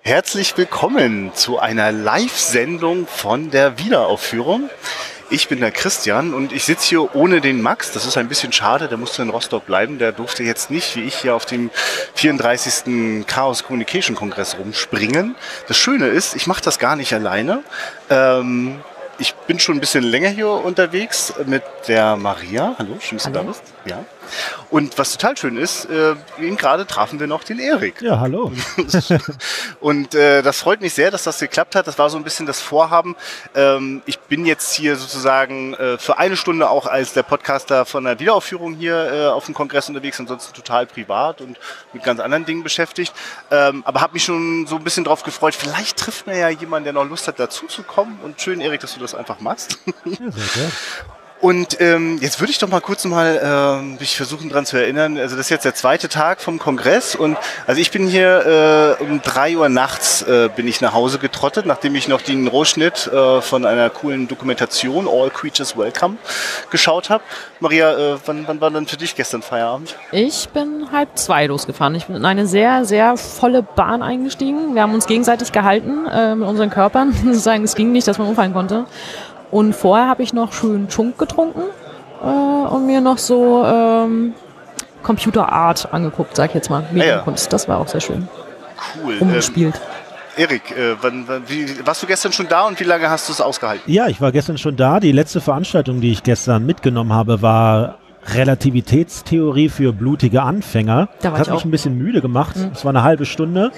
Herzlich willkommen zu einer Live-Sendung von der Wiederaufführung. Ich bin der Christian und ich sitze hier ohne den Max. Das ist ein bisschen schade, der musste in Rostock bleiben. Der durfte jetzt nicht, wie ich, hier auf dem 34. Chaos Communication Kongress rumspringen. Das Schöne ist, ich mache das gar nicht alleine. Ich bin schon ein bisschen länger hier unterwegs mit der Maria. Hallo, schön, dass du da bist. Ja. Und was total schön ist, eben gerade trafen wir noch den Erik. Ja, hallo. Und das freut mich sehr, dass das geklappt hat. Das war so ein bisschen das Vorhaben. Ich bin jetzt hier sozusagen für eine Stunde auch als der Podcaster von der Wiederaufführung hier auf dem Kongress unterwegs, ansonsten total privat und mit ganz anderen Dingen beschäftigt. Aber habe mich schon so ein bisschen drauf gefreut, vielleicht trifft man ja jemanden, der noch Lust hat, dazu zu kommen. Und schön, Erik, dass du das einfach machst. Ja, sehr gut. Und jetzt würde ich doch mal kurz mich versuchen dran zu erinnern, also das ist jetzt der zweite Tag vom Kongress und also ich bin hier um 3 Uhr nachts bin ich nach Hause getrottet, nachdem ich noch den Rohschnitt von einer coolen Dokumentation, All Creatures Welcome, geschaut habe. Maria, wann war denn für dich gestern Feierabend? Ich bin 1:30 losgefahren. Ich bin in eine sehr, sehr volle Bahn eingestiegen. Wir haben uns gegenseitig gehalten mit unseren Körpern. Sozusagen, es ging nicht, dass man umfallen konnte. Und vorher habe ich noch schön Chunk getrunken und mir noch so Computer Art angeguckt, sag ich jetzt mal. Medienkunst, das war auch sehr schön. Cool. Umgespielt. Erik, warst du gestern schon da und wie lange hast du es ausgehalten? Ja, ich war gestern schon da. Die letzte Veranstaltung, die ich gestern mitgenommen habe, war Relativitätstheorie für blutige Anfänger. Das hat mich ein bisschen müde gemacht. Es war eine halbe Stunde.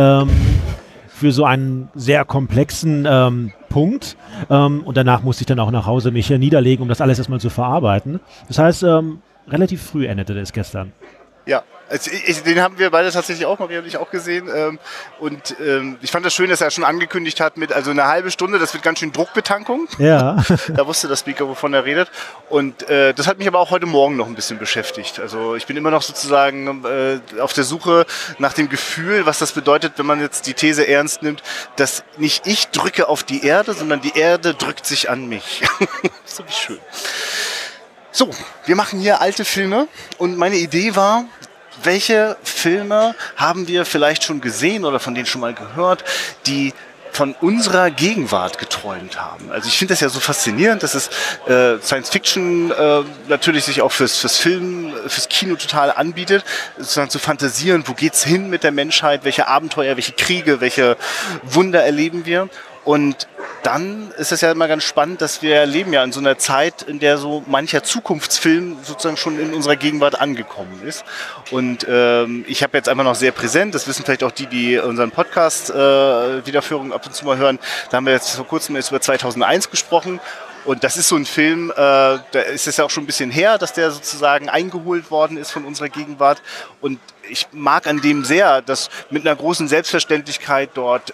Für so einen sehr komplexen Punkt. Und danach musste ich dann auch nach Hause mich niederlegen, um das alles erstmal zu verarbeiten. Das heißt, relativ früh endete das gestern. Ja, also den haben wir beide tatsächlich auch, Maria und ich auch gesehen. Und ich fand das schön, dass er schon angekündigt hat mit, also eine halbe Stunde, das wird ganz schön Druckbetankung. Ja. Da wusste der Speaker, wovon er redet. Und das hat mich aber auch heute Morgen noch ein bisschen beschäftigt. Also ich bin immer noch sozusagen auf der Suche nach dem Gefühl, was das bedeutet, wenn man jetzt die These ernst nimmt, dass nicht ich drücke auf die Erde, sondern die Erde drückt sich an mich. Das ist wirklich schön. So, wir machen hier alte Filme und meine Idee war, welche Filme haben wir vielleicht schon gesehen oder von denen schon mal gehört, die von unserer Gegenwart geträumt haben. Also ich finde das ja so faszinierend, dass es Science Fiction natürlich sich auch fürs Kino total anbietet, sozusagen zu fantasieren, wo geht's hin mit der Menschheit, welche Abenteuer, welche Kriege, welche Wunder erleben wir. Und dann ist es ja immer ganz spannend, dass wir leben ja in so einer Zeit, in der so mancher Zukunftsfilm sozusagen schon in unserer Gegenwart angekommen ist. Und ich habe jetzt einfach noch sehr präsent, das wissen vielleicht auch die unseren Podcast Wiederaufführung ab und zu mal hören, da haben wir jetzt vor kurzem über 2001 gesprochen. Und das ist so ein Film, da ist es ja auch schon ein bisschen her, dass der sozusagen eingeholt worden ist von unserer Gegenwart. Und ich mag an dem sehr, dass mit einer großen Selbstverständlichkeit dort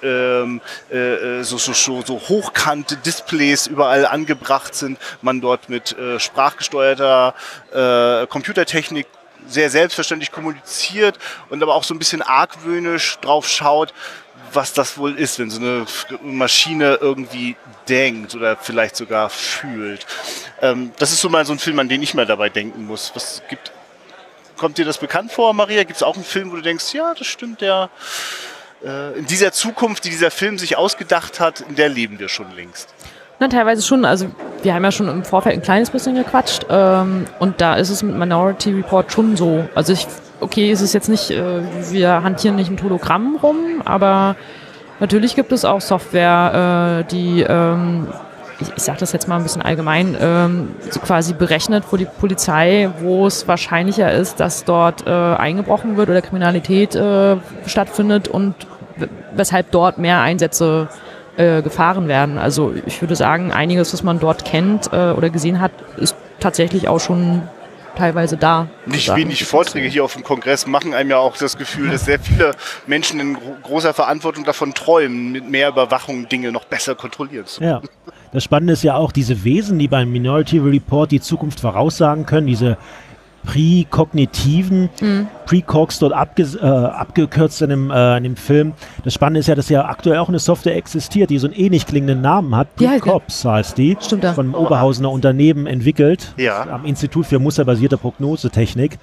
so hochkante Displays überall angebracht sind. Man dort mit sprachgesteuerter Computertechnik sehr selbstverständlich kommuniziert und aber auch so ein bisschen argwöhnisch drauf schaut, was das wohl ist, wenn so eine Maschine irgendwie denkt oder vielleicht sogar fühlt. Das ist so mal so ein Film, an den ich mal dabei denken muss. Kommt dir das bekannt vor, Maria? Gibt es auch einen Film, wo du denkst, ja, das stimmt, in dieser Zukunft, die dieser Film sich ausgedacht hat, in der leben wir schon längst? Na, teilweise schon. Also wir haben ja schon im Vorfeld ein kleines bisschen gequatscht und da ist es mit Minority Report schon so. Also es ist jetzt nicht, wir hantieren nicht mit Hologramm rum, aber natürlich gibt es auch Software, die, ich sage das jetzt mal ein bisschen allgemein, so quasi berechnet für die Polizei, wo es wahrscheinlicher ist, dass dort eingebrochen wird oder Kriminalität stattfindet und weshalb dort mehr Einsätze gefahren werden. Also ich würde sagen, einiges, was man dort kennt oder gesehen hat, ist tatsächlich auch schon teilweise da. Nicht wenig Vorträge hier auf dem Kongress machen einem ja auch das Gefühl, dass sehr viele Menschen in großer Verantwortung davon träumen, mit mehr Überwachung Dinge noch besser kontrollieren zu können. Ja, das Spannende ist ja auch diese Wesen, die beim Minority Report die Zukunft voraussagen können, diese präkognitiven Precogs dort abgekürzt in dem Film. Das Spannende ist ja, dass ja aktuell auch eine Software existiert, die so einen ähnlich klingenden Namen hat. Precops heißt die. Stimmt, ja. Von einem Oberhausener Unternehmen entwickelt. Ja. Am Institut für musterbasierte Prognosetechnik.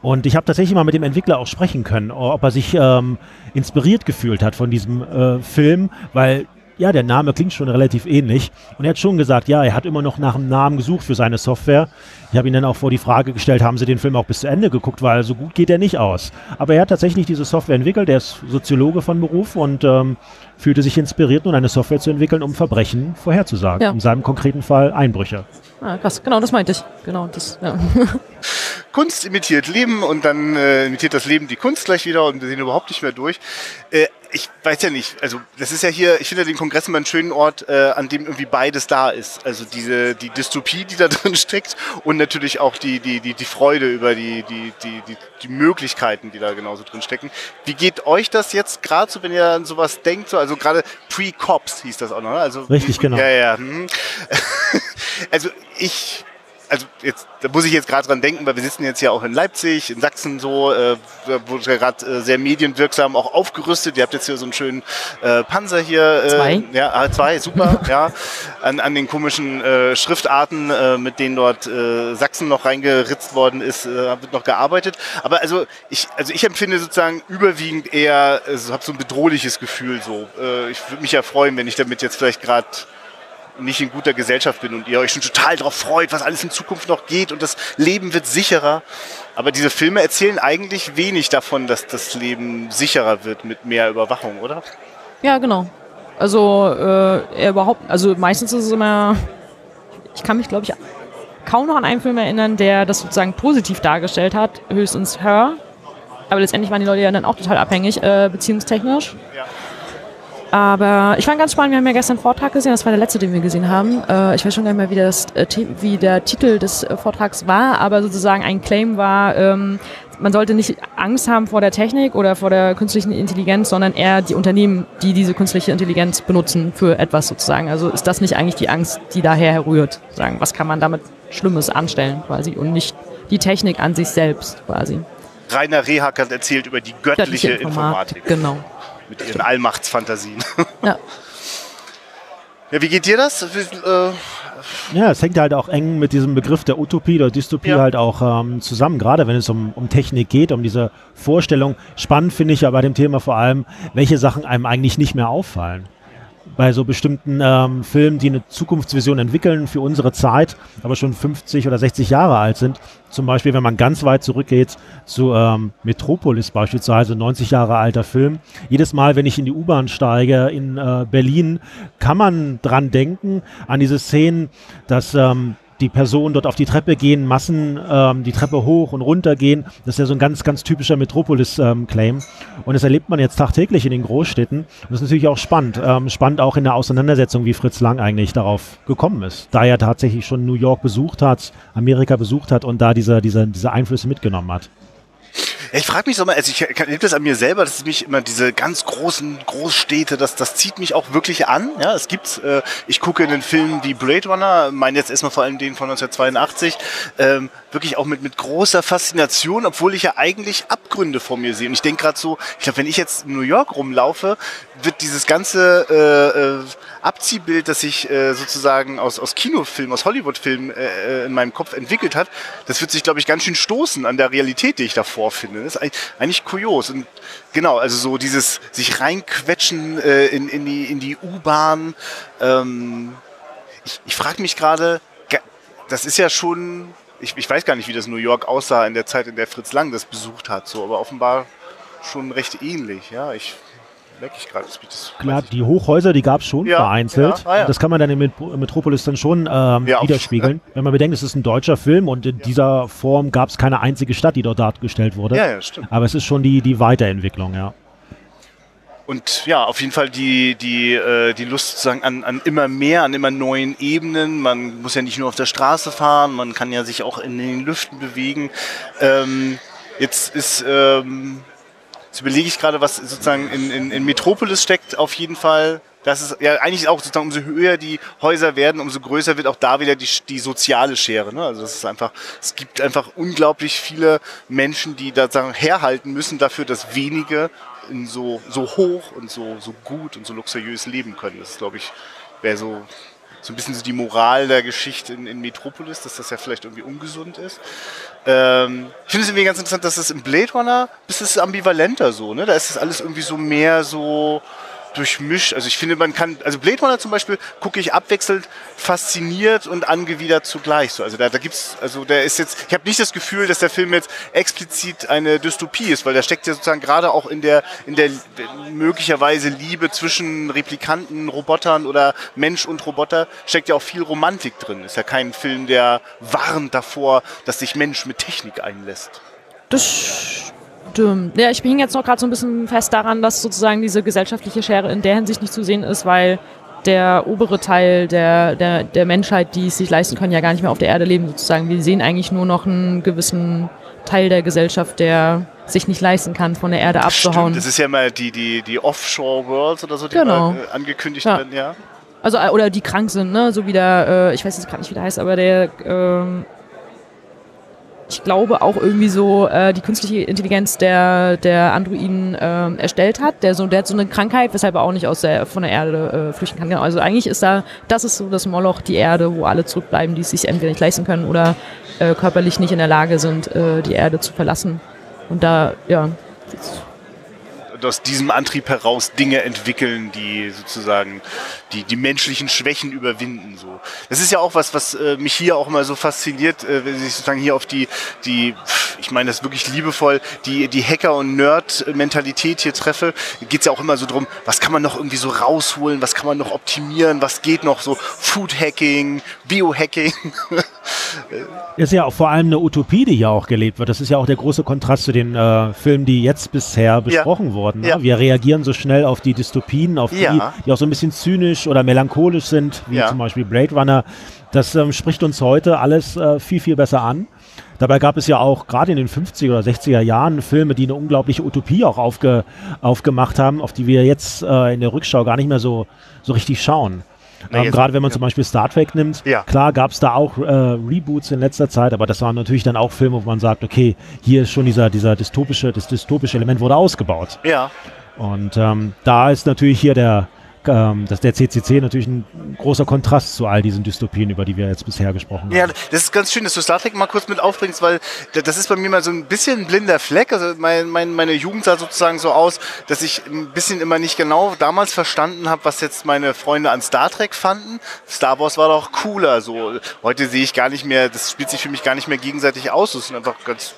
Und ich habe tatsächlich mal mit dem Entwickler auch sprechen können, ob er sich inspiriert gefühlt hat von diesem Film, weil ja, der Name klingt schon relativ ähnlich. Und er hat schon gesagt, ja, er hat immer noch nach einem Namen gesucht für seine Software. Ich habe ihn dann auch vor die Frage gestellt, haben Sie den Film auch bis zu Ende geguckt, weil so gut geht er nicht aus. Aber er hat tatsächlich diese Software entwickelt, er ist Soziologe von Beruf und fühlte sich inspiriert, nun eine Software zu entwickeln, um Verbrechen vorherzusagen. Ja. In seinem konkreten Fall Einbrüche. Ah, krass, genau, das meinte ich. Genau, das, ja. Kunst imitiert Leben und dann imitiert das Leben die Kunst gleich wieder und wir sehen überhaupt nicht mehr durch. Ich weiß ja nicht, also das ist ja hier, ich finde den Kongress immer einen schönen Ort, an dem irgendwie beides da ist. Also die Dystopie, die da drin steckt und natürlich auch die Freude über die Möglichkeiten, die da genauso drin stecken. Wie geht euch das jetzt gerade so, wenn ihr an sowas denkt? So, also gerade Pre-Cops hieß das auch noch, ne? Also, richtig, genau. Ja. Also jetzt, da muss ich jetzt gerade dran denken, weil wir sitzen jetzt ja auch in Leipzig, in Sachsen so, wurde ja gerade sehr medienwirksam auch aufgerüstet. Ihr habt jetzt hier so einen schönen Panzer hier. 2. Ja, 2, super, ja. An den komischen Schriftarten, mit denen dort Sachsen noch reingeritzt worden ist, wird noch gearbeitet. Aber also ich empfinde sozusagen überwiegend eher, habe so ein bedrohliches Gefühl so. Ich würde mich ja freuen, wenn ich damit jetzt vielleicht gerade nicht in guter Gesellschaft bin und ihr euch schon total darauf freut, was alles in Zukunft noch geht und das Leben wird sicherer. Aber diese Filme erzählen eigentlich wenig davon, dass das Leben sicherer wird mit mehr Überwachung, oder? Ja, genau. Also meistens ist es immer, ich kann mich, glaube ich, kaum noch an einen Film erinnern, der das sozusagen positiv dargestellt hat, höchstens Her. Aber letztendlich waren die Leute ja dann auch total abhängig, beziehungstechnisch. Ja. Aber ich fand ganz spannend, wir haben ja gestern einen Vortrag gesehen, das war der letzte, den wir gesehen haben. Ich weiß schon gar nicht mehr, wie der Titel des Vortrags war, aber sozusagen ein Claim war, man sollte nicht Angst haben vor der Technik oder vor der künstlichen Intelligenz, sondern eher die Unternehmen, die diese künstliche Intelligenz benutzen für etwas sozusagen. Also ist das nicht eigentlich die Angst, die daher herrührt? Sagen, was kann man damit Schlimmes anstellen quasi und nicht die Technik an sich selbst quasi. Rainer Rehak hat erzählt über die göttliche Informatik. Genau. Mit ihren Allmachtsfantasien. Ja. Ja, wie geht dir das? Ja, es hängt halt auch eng mit diesem Begriff der Utopie oder Dystopie halt auch zusammen, gerade wenn es um Technik geht, um diese Vorstellung. Spannend finde ich ja bei dem Thema vor allem, welche Sachen einem eigentlich nicht mehr auffallen. Bei so bestimmten Filmen, die eine Zukunftsvision entwickeln für unsere Zeit, aber schon 50 oder 60 Jahre alt sind. Zum Beispiel, wenn man ganz weit zurückgeht zu Metropolis beispielsweise, 90 Jahre alter Film. Jedes Mal, wenn ich in die U-Bahn steige in Berlin, kann man dran denken, an diese Szenen, dass die Personen dort auf die Treppe gehen, Massen die Treppe hoch und runter gehen. Das ist ja so ein ganz, ganz typischer Metropolis-Claim. Und das erlebt man jetzt tagtäglich in den Großstädten. Und das ist natürlich auch spannend. Spannend auch in der Auseinandersetzung, wie Fritz Lang eigentlich darauf gekommen ist. Da er tatsächlich schon New York besucht hat, Amerika besucht hat und da diese Einflüsse mitgenommen hat. Ja, ich frage mich so mal, also ich erlebe das an mir selber, dass mich immer diese ganz großen Großstädte, das zieht mich auch wirklich an. Ja, es gibt, ich gucke in den Filmen wie Blade Runner, meine jetzt erstmal vor allem den von 1982, wirklich auch mit großer Faszination, obwohl ich ja eigentlich Abgründe vor mir sehe. Und ich denke gerade so, ich glaube, wenn ich jetzt in New York rumlaufe, wird dieses ganze Abziehbild, das sich sozusagen aus Kinofilmen, aus Hollywood-Filmen in meinem Kopf entwickelt hat, das wird sich, glaube ich, ganz schön stoßen an der Realität, die ich da vorfinde. Das ist eigentlich kurios. Und genau, also so dieses sich reinquetschen in die U-Bahn. Ich frage mich gerade, das ist ja schon, ich weiß gar nicht, wie das New York aussah in der Zeit, in der Fritz Lang das besucht hat, so, aber offenbar schon recht ähnlich. Ja, merke ich gerade. Klar, die Hochhäuser, die gab es schon vereinzelt. Ja. Das kann man dann in Metropolis dann schon widerspiegeln. Wenn man bedenkt, es ist ein deutscher Film und in dieser Form gab es keine einzige Stadt, die dort dargestellt wurde. Ja, stimmt. Aber es ist schon die Weiterentwicklung, ja. Und ja, auf jeden Fall die Lust sozusagen an immer mehr, an immer neuen Ebenen. Man muss ja nicht nur auf der Straße fahren, man kann ja sich auch in den Lüften bewegen. Jetzt überlege ich gerade, was sozusagen in Metropolis steckt, auf jeden Fall. Das ist ja eigentlich auch sozusagen, umso höher die Häuser werden, umso größer wird auch da wieder die soziale Schere. Ne? Also es gibt einfach unglaublich viele Menschen, die da sagen, herhalten müssen dafür, dass wenige so hoch und so gut und so luxuriös leben können. Das ist, glaube ich, wäre so so ein bisschen so die Moral der Geschichte in Metropolis, dass das ja vielleicht irgendwie ungesund ist. Ich finde es irgendwie ganz interessant, dass es im Blade Runner ist ambivalenter so, ne? Da ist das alles irgendwie so mehr so durchmischt. Also ich finde, also Blade Runner zum Beispiel gucke ich abwechselnd fasziniert und angewidert zugleich. So, also der ist jetzt, ich habe nicht das Gefühl, dass der Film jetzt explizit eine Dystopie ist, weil da steckt ja sozusagen gerade auch in der möglicherweise Liebe zwischen Replikanten, Robotern oder Mensch und Roboter, steckt ja auch viel Romantik drin. Ist ja kein Film, der warnt davor, dass sich Mensch mit Technik einlässt. Ja, ich hing jetzt noch gerade so ein bisschen fest daran, dass sozusagen diese gesellschaftliche Schere in der Hinsicht nicht zu sehen ist, weil der obere Teil der Menschheit, die es sich leisten können, ja gar nicht mehr auf der Erde leben sozusagen. Wir sehen eigentlich nur noch einen gewissen Teil der Gesellschaft, der sich nicht leisten kann, von der Erde abzuhauen. Stimmt, das ist ja mal die Offshore Worlds oder so, die mal angekündigt werden, ja. Also, oder die krank sind, ne, so wie ich weiß jetzt gerade nicht, wie der heißt, aber ich glaube auch irgendwie so die künstliche Intelligenz der Androiden erstellt hat. Der hat so eine Krankheit, weshalb er auch nicht von der Erde flüchten kann. Also eigentlich ist das ist so das Moloch, die Erde, wo alle zurückbleiben, die es sich entweder nicht leisten können oder körperlich nicht in der Lage sind, die Erde zu verlassen. Und da, ja. Und aus diesem Antrieb heraus Dinge entwickeln, die sozusagen die menschlichen Schwächen überwinden. So. Das ist ja auch was mich hier auch immer so fasziniert, wenn ich sozusagen hier auf die ich meine das wirklich liebevoll, die Hacker- und Nerd-Mentalität hier treffe, geht es ja auch immer so drum, was kann man noch irgendwie so rausholen, was kann man noch optimieren, was geht noch so, Food-Hacking, Biohacking. Das ist ja auch vor allem eine Utopie, die hier auch gelebt wird. Das ist ja auch der große Kontrast zu den Filmen, die jetzt bisher besprochen wurden. Ne? Ja. Wir reagieren so schnell auf die Dystopien, auf die auch so ein bisschen zynisch oder melancholisch sind, wie zum Beispiel Blade Runner. Das spricht uns heute alles viel, viel besser an. Dabei gab es ja auch gerade in den 50er oder 60er Jahren Filme, die eine unglaubliche Utopie auch aufgemacht haben, auf die wir jetzt in der Rückschau gar nicht mehr so richtig schauen. Gerade wenn man zum Beispiel Star Trek nimmt, klar gab es da auch Reboots in letzter Zeit, aber das waren natürlich dann auch Filme, wo man sagt, okay, hier ist schon das dystopische Element wurde ausgebaut. Ja. Und da ist natürlich hier der CCC natürlich ein großer Kontrast zu all diesen Dystopien, über die wir jetzt bisher gesprochen haben. Ja, das ist ganz schön, dass du Star Trek mal kurz mit aufbringst, weil das ist bei mir mal so ein bisschen ein blinder Fleck. Also meine Jugend sah sozusagen so aus, dass ich ein bisschen immer nicht genau damals verstanden habe, was jetzt meine Freunde an Star Trek fanden. Star Wars war doch cooler. So. Heute sehe ich gar nicht mehr, das spielt sich für mich gar nicht mehr gegenseitig aus. Das sind einfach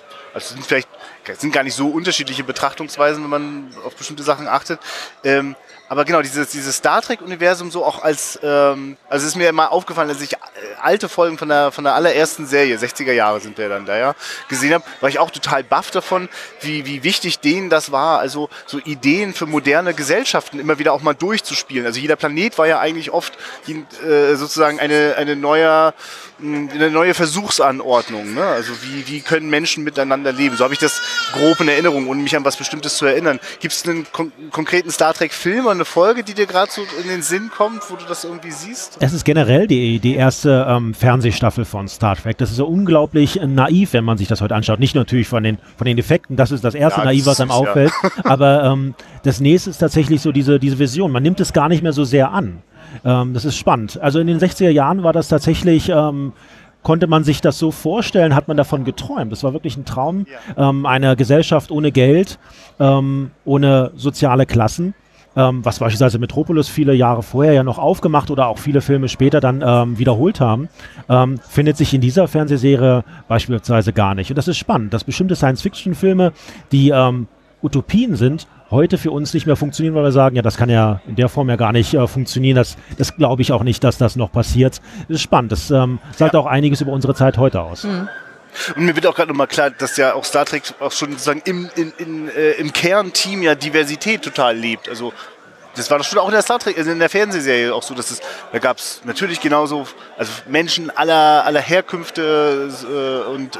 sind gar nicht so unterschiedliche Betrachtungsweisen, wenn man auf bestimmte Sachen achtet. Aber genau, dieses Star Trek-Universum so auch als, also es ist mir immer aufgefallen, als ich alte Folgen von der allerersten Serie, 60er Jahre sind wir dann da, ja, gesehen habe, war ich auch total baff davon, wie wichtig denen das war, also so Ideen für moderne Gesellschaften immer wieder auch mal durchzuspielen. Also jeder Planet war ja eigentlich oft sozusagen eine neue Versuchsanordnung, ne? Also wie können Menschen miteinander leben? So habe ich das grob in Erinnerung, ohne mich an was Bestimmtes zu erinnern. Gibt es einen konkreten Star Trek-Film oder eine Folge, die dir gerade so in den Sinn kommt, wo du das irgendwie siehst? Das ist generell die erste Fernsehstaffel von Star Trek. Das ist so unglaublich naiv, wenn man sich das heute anschaut. Nicht natürlich von den Effekten, das ist das erste naiv, was einem auffällt. Aber das nächste ist tatsächlich so diese Vision. Man nimmt es gar nicht mehr so sehr an. Das ist spannend. Also in den 60er Jahren war das tatsächlich, konnte man sich das so vorstellen, hat man davon geträumt. Das war wirklich ein Traum einer Gesellschaft ohne Geld, ohne soziale Klassen. Was beispielsweise Metropolis viele Jahre vorher ja noch aufgemacht oder auch viele Filme später dann wiederholt haben, findet sich in dieser Fernsehserie beispielsweise gar nicht. Und das ist spannend, dass bestimmte Science-Fiction-Filme, die Utopien sind, heute für uns nicht mehr funktionieren, weil wir sagen, ja, das kann ja in der Form ja gar nicht funktionieren. Das glaube ich auch nicht, dass das noch passiert. Das ist spannend. Das sagt auch einiges über unsere Zeit heute aus. Mhm. Und mir wird auch gerade nochmal klar, dass ja auch Star Trek auch schon sozusagen im Kernteam ja Diversität total lebt. Also das war doch schon auch in der Star Trek, also in der Fernsehserie auch so, dass da gab es natürlich genauso, also Menschen aller Herkünfte und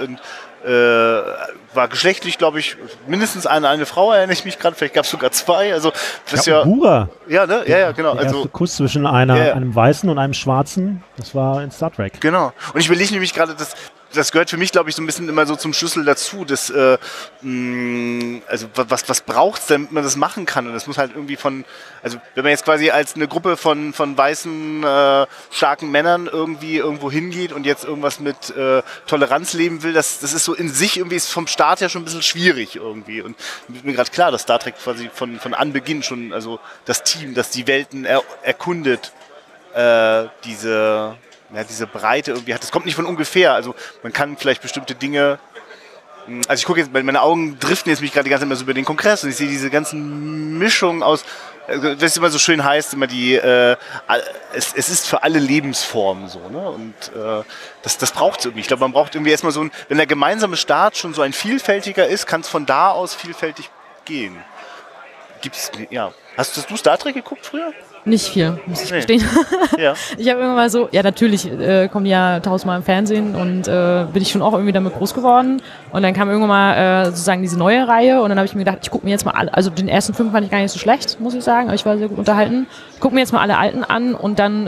war geschlechtlich, glaube ich, mindestens eine Frau, erinnere ich mich gerade, vielleicht gab es sogar zwei. Also das ja. Uhura. Ja, ne? Ja, genau. Der erste Kuss zwischen einem Weißen und einem Schwarzen, das war in Star Trek. Genau. Und ich überlege nämlich gerade, dass das gehört für mich, glaube ich, so ein bisschen immer so zum Schlüssel dazu, dass, also was braucht es, damit man das machen kann? Und das muss halt irgendwie also wenn man jetzt quasi als eine Gruppe von weißen, starken Männern irgendwo hingeht und jetzt irgendwas mit Toleranz leben will, das ist so in sich irgendwie ist vom Start her schon ein bisschen schwierig irgendwie. Und mir gerade klar, dass Star Trek quasi von Anbeginn schon, also das Team, das die Welten erkundet, diese Breite irgendwie hat. Das kommt nicht von ungefähr. Also man kann vielleicht bestimmte Dinge. Also ich gucke jetzt, meine Augen driften jetzt mich gerade die ganze Zeit immer so über den Kongress und ich sehe diese ganzen Mischungen aus, was immer so schön heißt, immer es ist für alle Lebensformen so, ne? Und das braucht es irgendwie. Ich glaube, man braucht irgendwie erstmal wenn der gemeinsame Start schon so ein vielfältiger ist, kann es von da aus vielfältig gehen. Hast du Star Trek geguckt früher? Nicht viel, muss ich gestehen. Ja. Ich habe irgendwann mal so, ja natürlich kommen die ja 1000-mal im Fernsehen und bin ich schon auch irgendwie damit groß geworden. Und dann kam irgendwann mal sozusagen diese neue Reihe und dann habe ich mir gedacht, ich gucke mir jetzt mal alle, also den ersten Film fand ich gar nicht so schlecht, muss ich sagen, aber ich war sehr gut unterhalten. Ich gucke mir jetzt mal alle alten an und dann,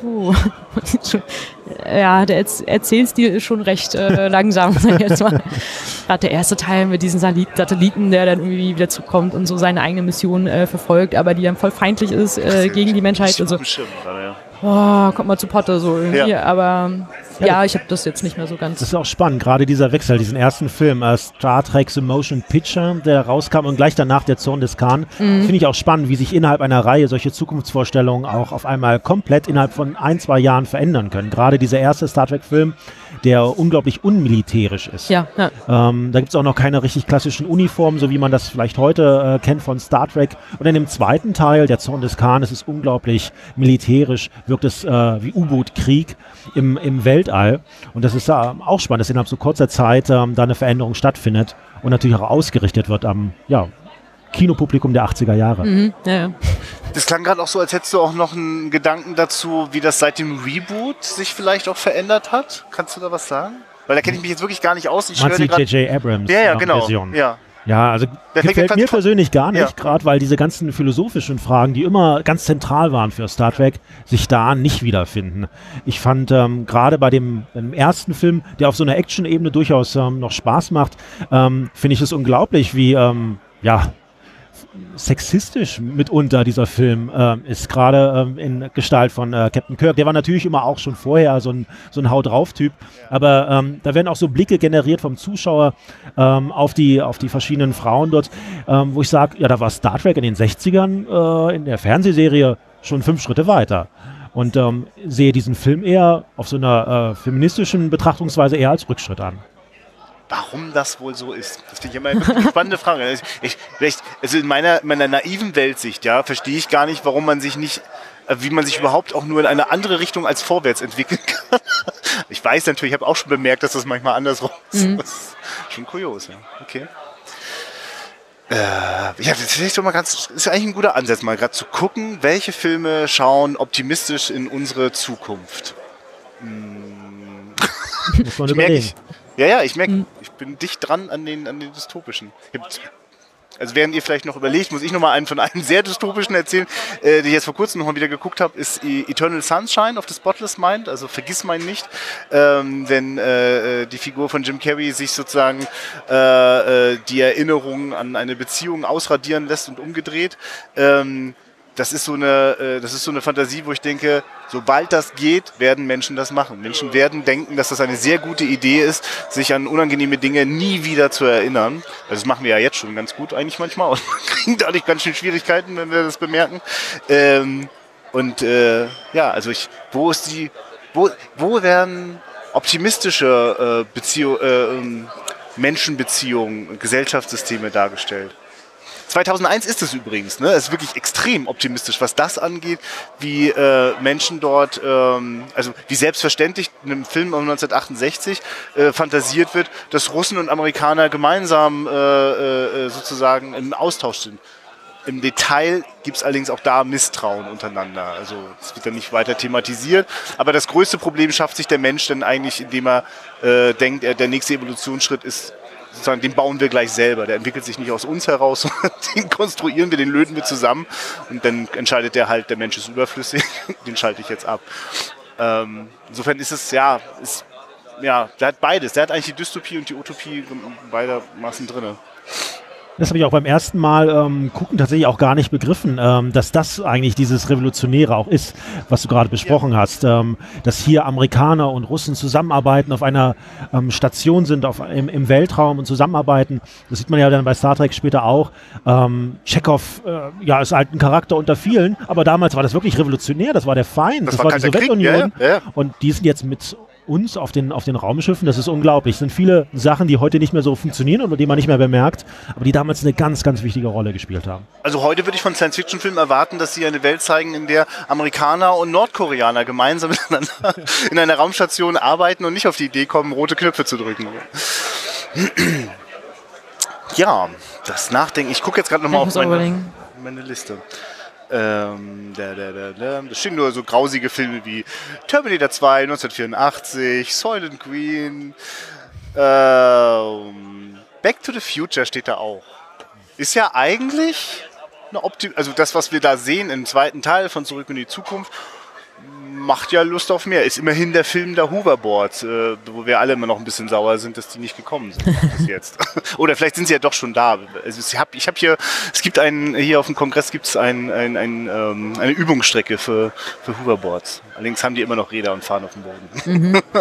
ja, der Erzählstil ist schon recht langsam, sag ich jetzt mal. Gerade der erste Teil mit diesen Satelliten, der dann irgendwie wieder zukommt und so seine eigene Mission verfolgt, aber die dann voll feindlich ist gegen die Menschheit. Also, kommt mal zu Potte so irgendwie, aber ja, ich habe das jetzt nicht mehr so ganz. Das ist auch spannend, gerade dieser Wechsel, diesen ersten Film, Star Trek The Motion Picture, der rauskam und gleich danach der Zorn des Khan, finde ich auch spannend, wie sich innerhalb einer Reihe solche Zukunftsvorstellungen auch auf einmal komplett innerhalb von 1-2 Jahren verändern können. Gerade dieser erste Star Trek-Film, der unglaublich unmilitärisch ist. Ja. Da gibt es auch noch keine richtig klassischen Uniformen, so wie man das vielleicht heute kennt von Star Trek. Und in dem zweiten Teil, der Zorn des Khan, ist es unglaublich militärisch, wirkt es wie U-Boot-Krieg im Weltall. Und das ist auch spannend, dass innerhalb so kurzer Zeit da eine Veränderung stattfindet und natürlich auch ausgerichtet wird am Kinopublikum der 80er Jahre. Mhm, ja. Das klang gerade auch so, als hättest du auch noch einen Gedanken dazu, wie das seit dem Reboot sich vielleicht auch verändert hat. Kannst du da was sagen? Weil da kenne ich mich jetzt wirklich gar nicht aus. J.J. Abrams genau. Version. Ja, also gefällt mir persönlich gar nicht, gerade weil diese ganzen philosophischen Fragen, die immer ganz zentral waren für Star Trek, sich da nicht wiederfinden. Ich fand gerade bei dem ersten Film, der auf so einer Action-Ebene durchaus noch Spaß macht, finde ich es unglaublich, wie sexistisch mitunter dieser Film ist, gerade in Gestalt von Captain Kirk. Der war natürlich immer auch schon vorher so ein Haut-drauf-Typ, aber da werden auch so Blicke generiert vom Zuschauer auf die verschiedenen Frauen dort, wo ich sage, ja, da war Star Trek in den 60ern in der Fernsehserie schon 5 Schritte weiter. Und sehe diesen Film eher auf so einer feministischen Betrachtungsweise eher als Rückschritt an. Warum das wohl so ist, das finde ich immer eine spannende Frage. Also in meiner naiven Weltsicht, verstehe ich gar nicht, warum man sich nicht, wie man sich überhaupt auch nur in eine andere Richtung als vorwärts entwickeln kann. Ich weiß natürlich, ich habe auch schon bemerkt, dass das manchmal andersrum ist. Das ist schon kurios, ja. Okay. Das ist so mal ist eigentlich ein guter Ansatz, mal gerade zu gucken, welche Filme schauen optimistisch in unsere Zukunft. Muss man überlegen. Ich merke, ich bin dicht dran an den dystopischen. Also während ihr vielleicht noch überlegt, muss ich noch mal einen von einem sehr dystopischen erzählen, den ich jetzt vor kurzem noch mal wieder geguckt habe, ist Eternal Sunshine of the Spotless Mind, also Vergiss mein nicht, wenn die Figur von Jim Carrey sich sozusagen die Erinnerung an eine Beziehung ausradieren lässt und umgedreht. Das ist so eine Fantasie, wo ich denke, sobald das geht, werden Menschen das machen. Menschen werden denken, dass das eine sehr gute Idee ist, sich an unangenehme Dinge nie wieder zu erinnern. Also das machen wir ja jetzt schon ganz gut eigentlich manchmal und kriegen dadurch ganz schön Schwierigkeiten, wenn wir das bemerken. Wo werden optimistische Menschenbeziehungen, Gesellschaftssysteme dargestellt? 2001 ist es übrigens, ne? Es ist wirklich extrem optimistisch, was das angeht, wie Menschen dort, also wie selbstverständlich in einem Film von 1968 fantasiert wird, dass Russen und Amerikaner gemeinsam sozusagen im Austausch sind. Im Detail gibt es allerdings auch da Misstrauen untereinander. Also es wird dann nicht weiter thematisiert. Aber das größte Problem schafft sich der Mensch dann eigentlich, indem er denkt, der nächste Evolutionsschritt ist, sozusagen, den bauen wir gleich selber. Der entwickelt sich nicht aus uns heraus, sondern den konstruieren wir, den löten wir zusammen und dann entscheidet der halt, der Mensch ist überflüssig, den schalte ich jetzt ab. Insofern ist es, der hat beides. Der hat eigentlich die Dystopie und die Utopie beidermaßen drin. Das habe ich auch beim ersten Mal gucken tatsächlich auch gar nicht begriffen, dass das eigentlich dieses Revolutionäre auch ist, was du gerade besprochen hast. Dass hier Amerikaner und Russen zusammenarbeiten, auf einer Station sind, im Weltraum und zusammenarbeiten. Das sieht man ja dann bei Star Trek später auch. Chekhov ist halt ein Charakter unter vielen, aber damals war das wirklich revolutionär. Das war der Feind, das war die Sowjetunion. Ja. Und die sind jetzt mit uns auf den Raumschiffen, das ist unglaublich. Es sind viele Sachen, die heute nicht mehr so funktionieren oder die man nicht mehr bemerkt, aber die damals eine ganz, ganz wichtige Rolle gespielt haben. Also heute würde ich von Science-Fiction-Filmen erwarten, dass sie eine Welt zeigen, in der Amerikaner und Nordkoreaner gemeinsam miteinander in einer Raumstation arbeiten und nicht auf die Idee kommen, rote Knöpfe zu drücken. Ja, das Nachdenken. Ich gucke jetzt gerade nochmal auf meine Liste. Das stehen nur so grausige Filme wie Terminator 2, 1984, Soylent Green, Back to the Future steht da auch. Ist ja eigentlich also das, was wir da sehen im zweiten Teil von Zurück in die Zukunft, macht ja Lust auf mehr. Ist immerhin der Film der Hoverboards, wo wir alle immer noch ein bisschen sauer sind, dass die nicht gekommen sind bis jetzt. Oder vielleicht sind sie ja doch schon da. Also hier auf dem Kongress gibt es eine Übungsstrecke für Hoverboards. Allerdings haben die immer noch Räder und fahren auf dem Boden. Mhm.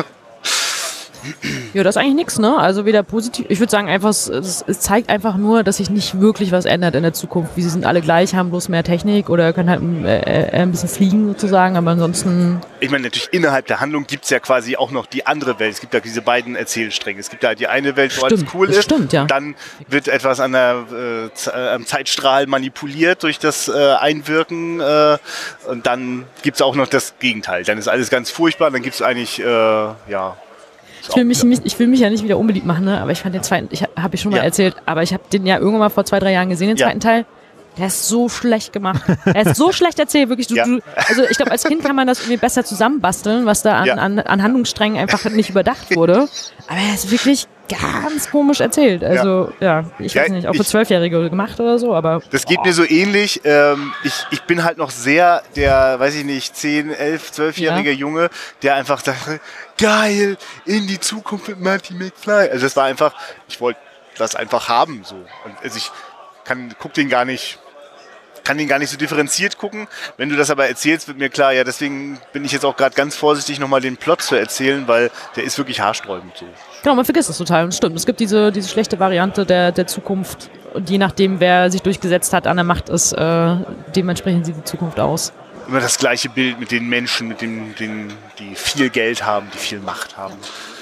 Ja, das ist eigentlich nichts, ne? Also weder positiv, ich würde sagen einfach, es zeigt einfach nur, dass sich nicht wirklich was ändert in der Zukunft. Wie sie sind alle gleich, haben bloß mehr Technik oder können halt ein bisschen fliegen sozusagen, aber ansonsten... Ich meine, natürlich innerhalb der Handlung gibt es ja quasi auch noch die andere Welt. Es gibt ja diese beiden Erzählstränge. Es gibt ja die eine Welt, wo alles cool ist. Stimmt, ja. Dann wird etwas am Zeitstrahl manipuliert durch das Einwirken und dann gibt es auch noch das Gegenteil. Dann ist alles ganz furchtbar und dann gibt es eigentlich, Ich will mich ja nicht wieder unbeliebt machen, ne? Aber ich fand den zweiten, habe ich schon mal erzählt, aber ich habe den ja irgendwann mal vor 2-3 Jahren gesehen, den zweiten Teil. Der ist so schlecht gemacht. Er ist so schlecht erzählt, wirklich. Also ich glaube, als Kind kann man das irgendwie besser zusammenbasteln, was da an Handlungssträngen einfach nicht überdacht wurde. Aber er ist wirklich ganz komisch erzählt. Also ich weiß nicht, auch für 12-Jährige gemacht oder so, aber... Das geht mir so ähnlich. Ich bin halt noch sehr der, 10, 11, 12-jährige Junge, der einfach sagt, geil, in die Zukunft mit Marty McFly. Also das war einfach, ich wollte das einfach haben. So. Und also ich kann den gar nicht so differenziert gucken. Wenn du das aber erzählst, wird mir klar, ja, deswegen bin ich jetzt auch gerade ganz vorsichtig, nochmal den Plot zu erzählen, weil der ist wirklich haarsträubend so. Genau, man vergisst es total und stimmt. Es gibt diese schlechte Variante der Zukunft und je nachdem, wer sich durchgesetzt hat an der Macht ist, dementsprechend sieht die Zukunft aus. Immer das gleiche Bild mit den Menschen, die viel Geld haben, die viel Macht haben.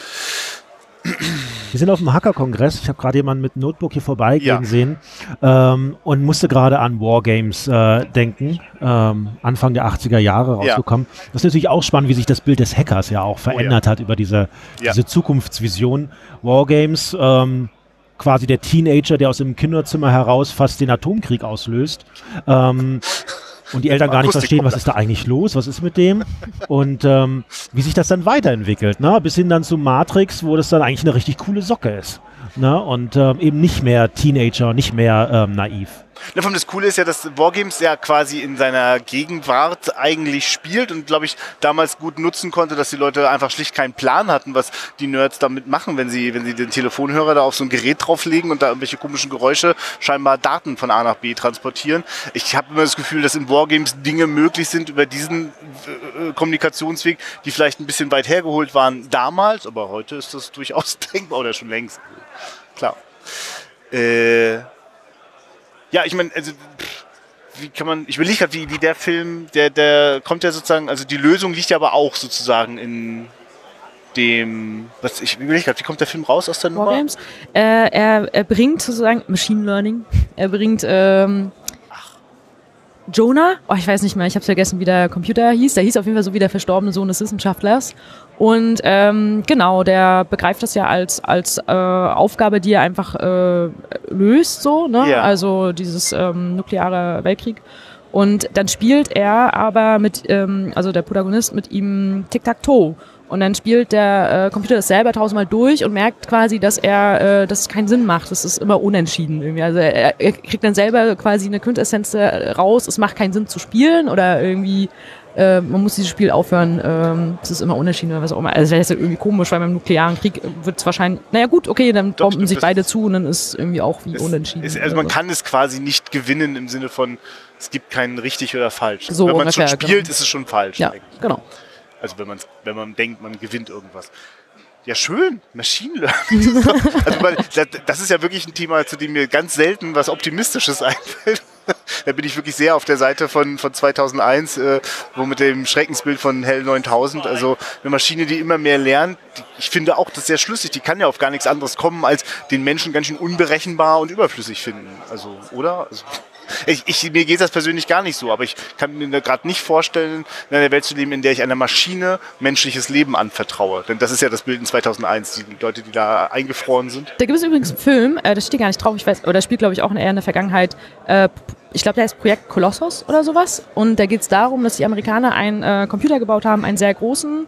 Wir sind auf dem Hacker-Kongress. Ich habe gerade jemanden mit Notebook hier vorbeigehen sehen und musste gerade an Wargames denken. Anfang der 80er Jahre rausgekommen. Das ist natürlich auch spannend, wie sich das Bild des Hackers ja auch verändert hat über diese Zukunftsvision. Wargames, quasi der Teenager, der aus dem Kinderzimmer heraus fast den Atomkrieg auslöst. Und die Eltern gar nicht verstehen, was ist da eigentlich los, was ist mit dem und wie sich das dann weiterentwickelt, ne? Bis hin dann zu Matrix, wo das dann eigentlich eine richtig coole Socke ist, ne? Und eben nicht mehr Teenager, nicht mehr naiv. Das Coole ist ja, dass Wargames ja quasi in seiner Gegenwart eigentlich spielt und, glaube ich, damals gut nutzen konnte, dass die Leute einfach schlicht keinen Plan hatten, was die Nerds damit machen, wenn sie den Telefonhörer da auf so ein Gerät drauflegen und da irgendwelche komischen Geräusche, scheinbar Daten von A nach B transportieren. Ich habe immer das Gefühl, dass in Wargames Dinge möglich sind über diesen Kommunikationsweg, die vielleicht ein bisschen weit hergeholt waren damals, aber heute ist das durchaus denkbar oder schon längst. Klar. Ja, ich meine, also wie kann man, ich überlege gerade, wie der Film, der kommt ja sozusagen, also die Lösung liegt ja aber auch sozusagen in dem, ich überlege gerade, wie kommt der Film raus aus der Nummer? Wargames? Er bringt sozusagen Machine Learning, er bringt Jonah, ich weiß nicht mehr, ich habe vergessen, wie der Computer hieß. Der hieß auf jeden Fall so wie der verstorbene Sohn des Wissenschaftlers. Und genau, der begreift das ja als Aufgabe, die er einfach löst, so, ne? Yeah. Also dieses nukleare Weltkrieg. Und dann spielt er aber mit, also der Protagonist mit ihm Tic-Tac-Toe. Und dann spielt der Computer das selber 1000-mal durch und merkt quasi, dass es keinen Sinn macht. Das ist immer unentschieden irgendwie. Also er kriegt dann selber quasi eine Quintessenz raus, es macht keinen Sinn zu spielen oder irgendwie man muss dieses Spiel aufhören, es ist immer unentschieden oder was auch immer. Also das ist irgendwie komisch, weil beim nuklearen Krieg wird es wahrscheinlich, naja gut, okay, dann bomben sich beide zu und dann ist irgendwie auch wie unentschieden. Also man kann es quasi nicht gewinnen im Sinne von, es gibt keinen richtig oder falsch. So wenn man ungefähr, schon spielt, ist es schon falsch. Ja, genau. Also wenn man denkt, man gewinnt irgendwas. Ja, schön, Machine Learning. Also, das ist ja wirklich ein Thema, zu dem mir ganz selten was Optimistisches einfällt. Da bin ich wirklich sehr auf der Seite von 2001, wo mit dem Schreckensbild von HAL 9000, also eine Maschine, die immer mehr lernt. Ich finde auch, das ist sehr schlüssig. Die kann ja auf gar nichts anderes kommen, als den Menschen ganz schön unberechenbar und überflüssig finden. Also, oder? Also, mir geht das persönlich gar nicht so, aber ich kann mir gerade nicht vorstellen, in einer Welt zu leben, in der ich einer Maschine menschliches Leben anvertraue. Denn das ist ja das Bild in 2001, die Leute, die da eingefroren sind. Da gibt es übrigens einen Film, das steht gar nicht drauf, ich weiß, oder spielt glaube ich auch eher in der Vergangenheit. Ich glaube, der heißt Projekt Colossus oder sowas. Und da geht es darum, dass die Amerikaner einen Computer gebaut haben, einen sehr großen,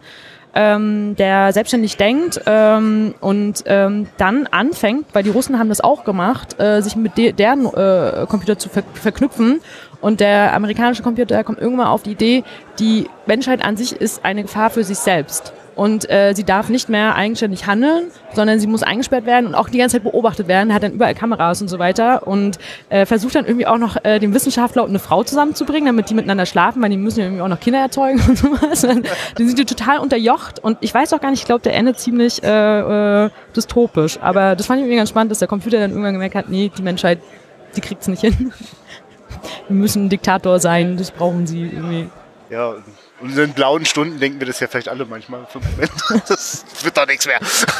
der selbstständig denkt und dann anfängt, weil die Russen haben das auch gemacht, sich mit deren Computer zu verknüpfen. Und der amerikanische Computer kommt irgendwann auf die Idee, die Menschheit an sich ist eine Gefahr für sich selbst. Und sie darf nicht mehr eigenständig handeln, sondern sie muss eingesperrt werden und auch die ganze Zeit beobachtet werden, hat dann überall Kameras und so weiter und versucht dann irgendwie auch noch den Wissenschaftler und eine Frau zusammenzubringen, damit die miteinander schlafen, weil die müssen ja irgendwie auch noch Kinder erzeugen und sowas. Dann sind die total unterjocht und ich weiß auch gar nicht, ich glaube, der endet ziemlich dystopisch. Aber das fand ich irgendwie ganz spannend, dass der Computer dann irgendwann gemerkt hat, nee, die Menschheit, die kriegt's nicht hin. Wir müssen ein Diktator sein, das brauchen sie irgendwie. Ja, und in den blauen Stunden denken wir das ja vielleicht alle manchmal. Das wird doch nichts mehr.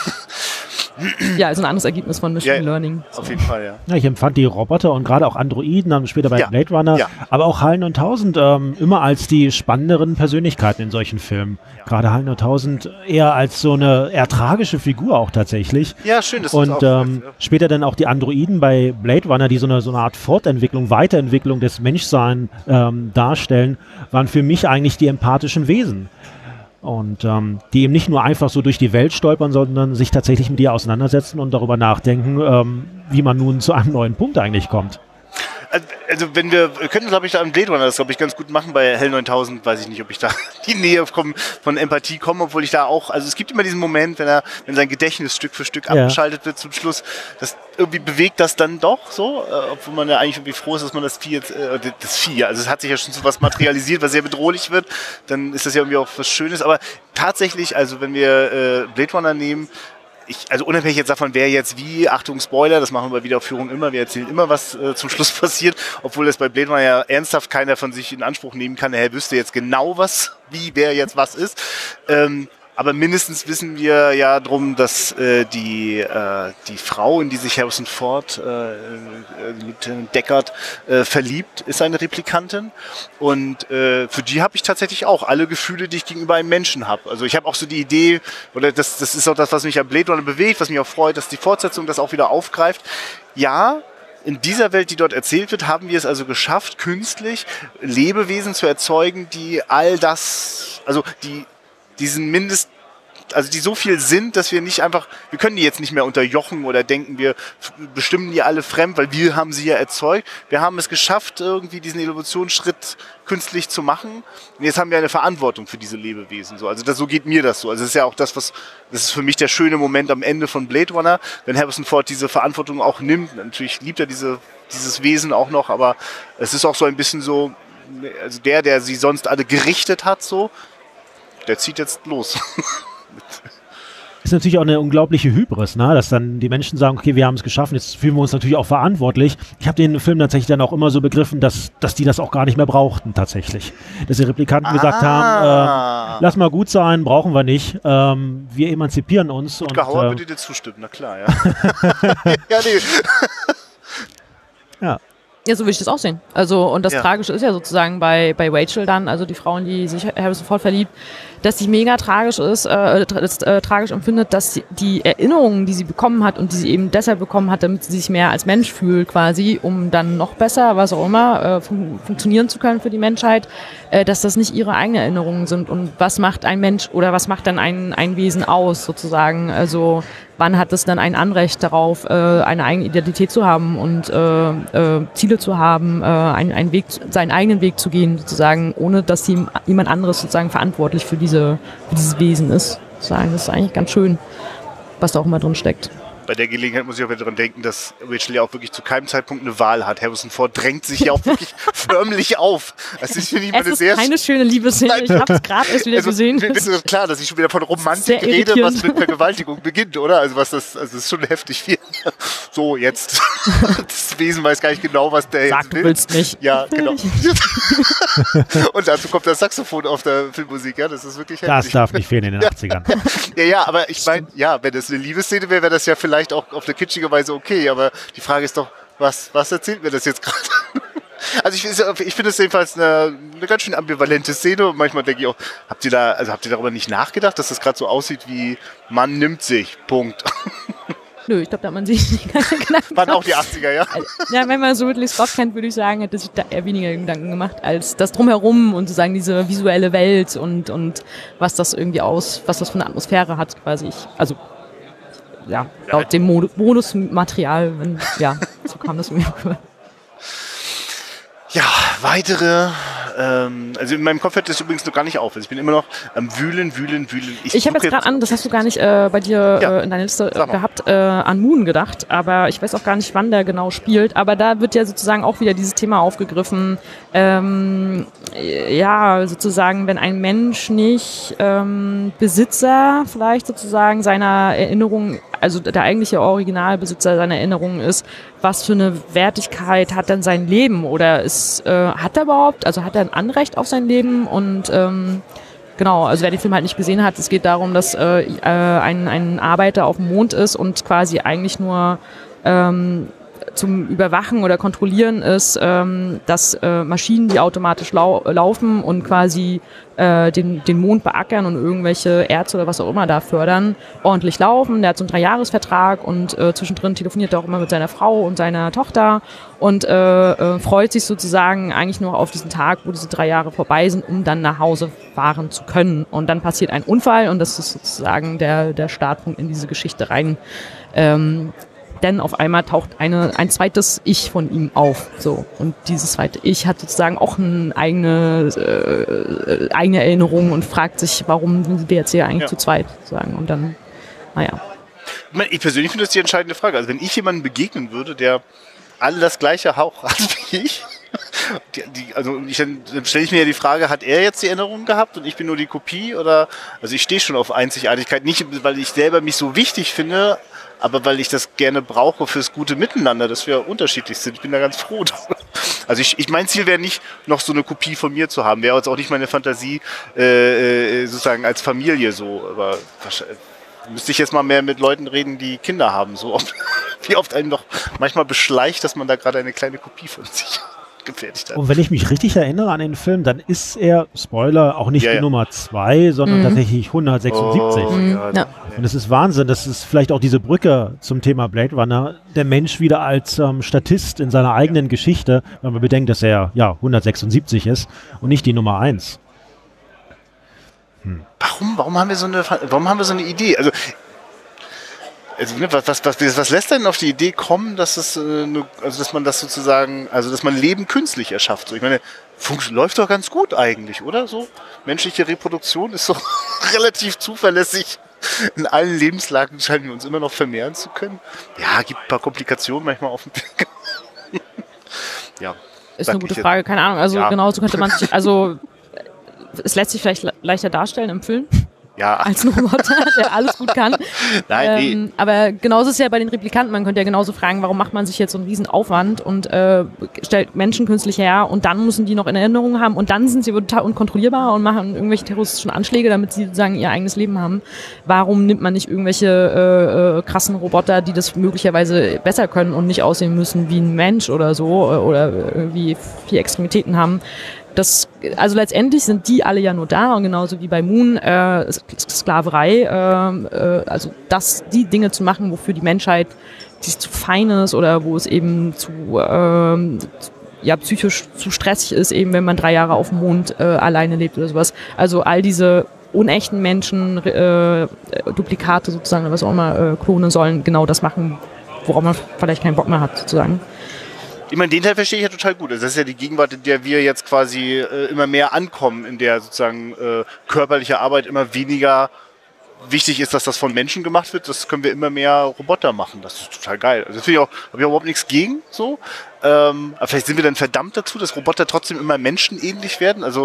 Ja, ist ein anderes Ergebnis von Machine Learning. Auf jeden Fall, ja. Ja, ich empfand die Roboter und gerade auch Androiden, dann später bei Blade Runner, aber auch HAL 9000 immer als die spannenderen Persönlichkeiten in solchen Filmen. Ja. Gerade HAL 9000 eher als so eine eher tragische Figur auch tatsächlich. Ja, schön, dass du und das später dann auch die Androiden bei Blade Runner, die so eine Art Fortentwicklung, Weiterentwicklung des Menschseins darstellen, waren für mich eigentlich die empathischen Wesen. Und die eben nicht nur einfach so durch die Welt stolpern, sondern sich tatsächlich mit ihr auseinandersetzen und darüber nachdenken, wie man nun zu einem neuen Punkt eigentlich kommt. Also wir können, glaube ich, da am Blade Runner das, glaube ich, ganz gut machen. Bei HAL 9000 weiß ich nicht, ob ich da die Nähe von Empathie komme, obwohl ich da auch, also es gibt immer diesen Moment, wenn sein Gedächtnis Stück für Stück abgeschaltet wird zum Schluss, das irgendwie bewegt das dann doch so, obwohl man ja eigentlich irgendwie froh ist, dass man das Vieh jetzt, also es hat sich ja schon so was materialisiert, was sehr bedrohlich wird, dann ist das ja irgendwie auch was Schönes, aber tatsächlich, also wenn wir Blade Runner nehmen, also unabhängig jetzt davon, wer jetzt wie, Achtung Spoiler, das machen wir bei Wiederaufführung immer, wir erzählen immer, was zum Schluss passiert, obwohl das bei Blade Runner ja ernsthaft keiner von sich in Anspruch nehmen kann, er wüsste jetzt genau wer jetzt was ist. Aber mindestens wissen wir ja drum, dass die Frau, in die sich Harrison Ford, Lieutenant Deckard, verliebt, ist eine Replikantin. Und für die habe ich tatsächlich auch alle Gefühle, die ich gegenüber einem Menschen habe. Also ich habe auch so die Idee, oder das ist auch das, was mich am Blade Runner bewegt, was mich auch freut, dass die Fortsetzung das auch wieder aufgreift. Ja, in dieser Welt, die dort erzählt wird, haben wir es also geschafft, künstlich Lebewesen zu erzeugen, die all das, also die so viel sind, dass wir nicht einfach, wir können die jetzt nicht mehr unterjochen oder denken, wir bestimmen die alle fremd, weil wir haben sie ja erzeugt. Wir haben es geschafft, irgendwie diesen Evolutionsschritt künstlich zu machen. Und jetzt haben wir eine Verantwortung für diese Lebewesen. So. Also so geht mir das so. Also das ist ja auch das ist für mich der schöne Moment am Ende von Blade Runner, wenn Harrison Ford diese Verantwortung auch nimmt. Natürlich liebt er dieses Wesen auch noch, aber es ist auch so ein bisschen so, also der sie sonst alle gerichtet hat, so, der zieht jetzt los. Ist natürlich auch eine unglaubliche Hybris, ne? Dass dann die Menschen sagen, okay, wir haben es geschaffen, jetzt fühlen wir uns natürlich auch verantwortlich. Ich habe den Film tatsächlich dann auch immer so begriffen, dass die das auch gar nicht mehr brauchten tatsächlich. Dass die Replikanten gesagt haben, lass mal gut sein, brauchen wir nicht, wir emanzipieren uns. Gut, Gehauer würde dir zustimmen, na klar, ja. Ja. Ja, so würde ich das auch sehen. Also, und das Tragische ist ja sozusagen bei Rachel dann, also die Frau, in die sich Harrison Ford verliebt, dass sie mega tragisch ist, tragisch empfindet, dass die Erinnerungen, die sie bekommen hat und die sie eben deshalb bekommen hat, damit sie sich mehr als Mensch fühlt quasi, um dann noch besser, was auch immer, funktionieren zu können für die Menschheit, dass das nicht ihre eigenen Erinnerungen sind. Und was macht ein Mensch oder was macht dann ein Wesen aus sozusagen? Also wann hat es dann ein Anrecht darauf, eine eigene Identität zu haben und Ziele zu haben, seinen eigenen Weg zu gehen sozusagen, ohne dass jemand anderes sozusagen verantwortlich für dieses Wesen ist. Sozusagen. Das ist eigentlich ganz schön, was da auch immer drin steckt. Bei der Gelegenheit muss ich auch wieder daran denken, dass Rachel ja auch wirklich zu keinem Zeitpunkt eine Wahl hat. Harrison Ford drängt sich ja auch wirklich förmlich auf. Das ist, finde ich, es ist keine schöne Liebeszene. Ich habe es gerade erst wieder gesehen. Mir ist klar, dass ich schon wieder von Romantik rede, was mit Vergewaltigung beginnt, oder? Also das ist schon heftig viel. So, jetzt. Das Wesen weiß gar nicht genau, was der jetzt will. Du willst nicht. Ja, genau. Und dazu kommt das Saxophon auf der Filmmusik. Ja, das ist wirklich heftig. Das darf nicht fehlen in den 80ern. Ja, aber ich meine, ja, wenn das eine Liebesszene wäre, wäre das ja vielleicht auch auf eine kitschige Weise okay, aber die Frage ist doch, was erzählt mir das jetzt gerade? Also ich finde es jedenfalls eine ganz schön ambivalente Szene und manchmal denke ich auch, habt ihr darüber nicht nachgedacht, dass das gerade so aussieht wie man nimmt sich, Punkt. Nö, ich glaube, da hat man sich nicht Gedanken Waren auch die 80er, ja? Ja, wenn man so Ridley Scott kennt, würde ich sagen, hätte sich da eher weniger Gedanken gemacht, als das Drumherum und sozusagen diese visuelle Welt und was das irgendwie was das für eine Atmosphäre hat, quasi. Laut dem Bonusmaterial, so kam das mir rüber. Ja, weitere, also in meinem Kopf hört das übrigens noch gar nicht auf. Also ich bin immer noch am Wühlen. Ich habe jetzt gerade an, das hast du gar nicht bei dir in deiner Liste gehabt, an Moon gedacht, aber ich weiß auch gar nicht, wann der genau spielt, aber da wird ja sozusagen auch wieder dieses Thema aufgegriffen, sozusagen, wenn ein Mensch nicht Besitzer vielleicht sozusagen seiner Erinnerung, also der eigentliche Originalbesitzer seiner Erinnerungen ist, was für eine Wertigkeit hat denn sein Leben oder hat er überhaupt, also hat er ein Anrecht auf sein Leben und genau, also wer den Film halt nicht gesehen hat, es geht darum, dass ein Arbeiter auf dem Mond ist und quasi eigentlich nur zum Überwachen oder Kontrollieren ist, dass Maschinen, die automatisch laufen und quasi den Mond beackern und irgendwelche Erze oder was auch immer da fördern, ordentlich laufen. Der hat so einen 3-Jahres-Vertrag und zwischendrin telefoniert er auch immer mit seiner Frau und seiner Tochter und freut sich sozusagen eigentlich nur auf diesen Tag, wo diese 3 Jahre vorbei sind, um dann nach Hause fahren zu können. Und dann passiert ein Unfall und das ist sozusagen der Startpunkt in diese Geschichte rein. Denn auf einmal taucht ein zweites Ich von ihm auf. So. Und dieses zweite Ich hat sozusagen auch eine eigene Erinnerung und fragt sich, warum sind wir jetzt hier eigentlich zu zweit? Sozusagen. Und dann, naja. Ich persönlich finde das die entscheidende Frage. Also wenn ich jemandem begegnen würde, der alle das gleiche Hauch hat wie ich, dann stelle ich mir ja die Frage, hat er jetzt die Erinnerung gehabt und ich bin nur die Kopie? Oder, also ich stehe schon auf Einzigartigkeit, nicht weil ich selber mich so wichtig finde, aber weil ich das gerne brauche fürs gute Miteinander, dass wir unterschiedlich sind. Ich bin da ganz froh. Also mein Ziel wäre nicht, noch so eine Kopie von mir zu haben. Wäre jetzt auch nicht meine Fantasie, sozusagen als Familie so. Aber müsste ich jetzt mal mehr mit Leuten reden, die Kinder haben. So oft, wie oft einen doch manchmal beschleicht, dass man da gerade eine kleine Kopie von sich gefertigt hat. Und wenn ich mich richtig erinnere an den Film, dann ist er, Spoiler, auch nicht die Nummer 2, sondern tatsächlich 176. Ja. Und es ist Wahnsinn, das ist vielleicht auch diese Brücke zum Thema Blade Runner, der Mensch wieder als Statist in seiner eigenen Geschichte, wenn man bedenkt, dass er 176 ist und nicht die Nummer 1. Warum haben wir so eine Idee? Also was lässt denn auf die Idee kommen, dass man das sozusagen, also dass man Leben künstlich erschafft? So, ich meine, läuft doch ganz gut eigentlich, oder? So menschliche Reproduktion ist doch relativ zuverlässig. In allen Lebenslagen scheinen wir uns immer noch vermehren zu können. Ja, gibt ein paar Komplikationen manchmal auf dem Weg. Ja. Ist eine gute Frage, keine Ahnung. Also genauso könnte man sich, es lässt sich vielleicht leichter darstellen im Film. als ein Roboter, der alles gut kann. Nein, aber genauso ist es ja bei den Replikanten. Man könnte ja genauso fragen, warum macht man sich jetzt so einen riesen Aufwand und stellt Menschen künstlich her und dann müssen die noch in Erinnerung haben und dann sind sie total unkontrollierbar und machen irgendwelche terroristischen Anschläge, damit sie sozusagen ihr eigenes Leben haben. Warum nimmt man nicht irgendwelche krassen Roboter, die das möglicherweise besser können und nicht aussehen müssen wie ein Mensch oder so oder irgendwie 4 Extremitäten haben? Also letztendlich sind die alle ja nur da und genauso wie bei Moon Sklaverei, also die Dinge zu machen, wofür die Menschheit sich zu fein ist oder wo es eben zu psychisch zu stressig ist, eben wenn man 3 Jahre auf dem Mond alleine lebt oder sowas. Also all diese unechten Menschen, Duplikate sozusagen, was auch immer, Klone sollen genau das machen, worauf man vielleicht keinen Bock mehr hat sozusagen. Ich meine, den Teil verstehe ich ja total gut. Das ist ja die Gegenwart, in der wir jetzt quasi immer mehr ankommen, in der sozusagen körperliche Arbeit immer weniger wichtig ist, dass das von Menschen gemacht wird. Das können wir immer mehr Roboter machen. Das ist total geil. Also das finde ich auch, habe ich auch überhaupt nichts gegen so. Aber vielleicht sind wir dann verdammt dazu, dass Roboter trotzdem immer menschenähnlich werden. Also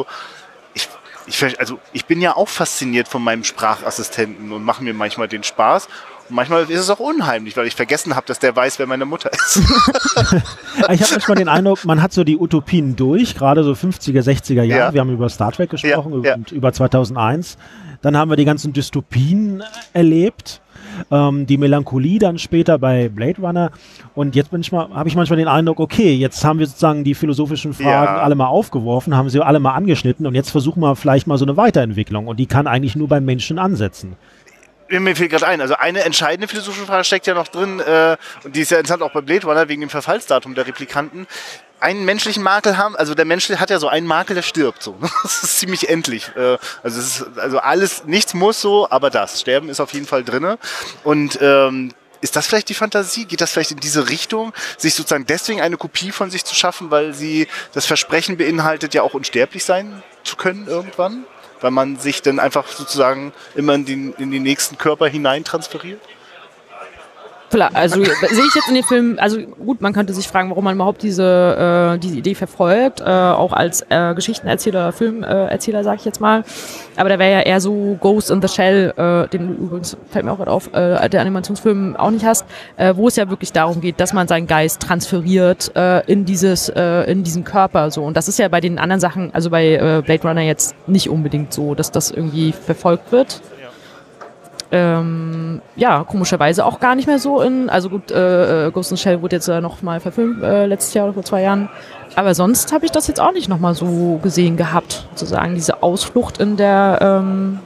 ich bin ja auch fasziniert von meinem Sprachassistenten und mache mir manchmal den Spaß. Und manchmal ist es auch unheimlich, weil ich vergessen habe, dass der weiß, wer meine Mutter ist. Ich habe manchmal den Eindruck, man hat so die Utopien durch, gerade so 50er, 60er Jahre. Ja. Wir haben über Star Trek gesprochen und über 2001. Dann haben wir die ganzen Dystopien erlebt. Die Melancholie dann später bei Blade Runner. Und jetzt habe ich manchmal den Eindruck, okay, jetzt haben wir sozusagen die philosophischen Fragen alle mal aufgeworfen, haben sie alle mal angeschnitten und jetzt versuchen wir vielleicht mal so eine Weiterentwicklung. Und die kann eigentlich nur beim Menschen ansetzen. Mir fällt gerade ein, also eine entscheidende philosophische Frage steckt ja noch drin, und die ist ja interessant auch bei Blade Runner wegen dem Verfallsdatum der Replikanten. Einen menschlichen Makel haben, also der Mensch hat ja so einen Makel, der stirbt so. Das ist ziemlich endlich. Also alles, nichts muss so, aber das Sterben ist auf jeden Fall drinne. Und ist das vielleicht die Fantasie? Geht das vielleicht in diese Richtung, sich sozusagen deswegen eine Kopie von sich zu schaffen, weil sie das Versprechen beinhaltet, ja auch unsterblich sein zu können irgendwann? Weil man sich dann einfach sozusagen immer in den nächsten Körper hineintransferiert? Also sehe ich jetzt in den Film, also gut, man könnte sich fragen, warum man überhaupt diese Idee verfolgt, auch als Geschichtenerzähler, Filmerzähler, sage ich jetzt mal. Aber da wäre ja eher so Ghost in the Shell, den du übrigens, fällt mir auch gerade auf, der Animationsfilm auch nicht hast, wo es ja wirklich darum geht, dass man seinen Geist transferiert in diesen Körper so. Und das ist ja bei den anderen Sachen, also bei Blade Runner jetzt nicht unbedingt so, dass das irgendwie verfolgt wird. Komischerweise auch gar nicht mehr so also gut, Ghost in the Shell wurde jetzt noch mal verfilmt, letztes Jahr oder vor 2 Jahren, aber sonst habe ich das jetzt auch nicht noch mal so gesehen gehabt, sozusagen diese Ausflucht in der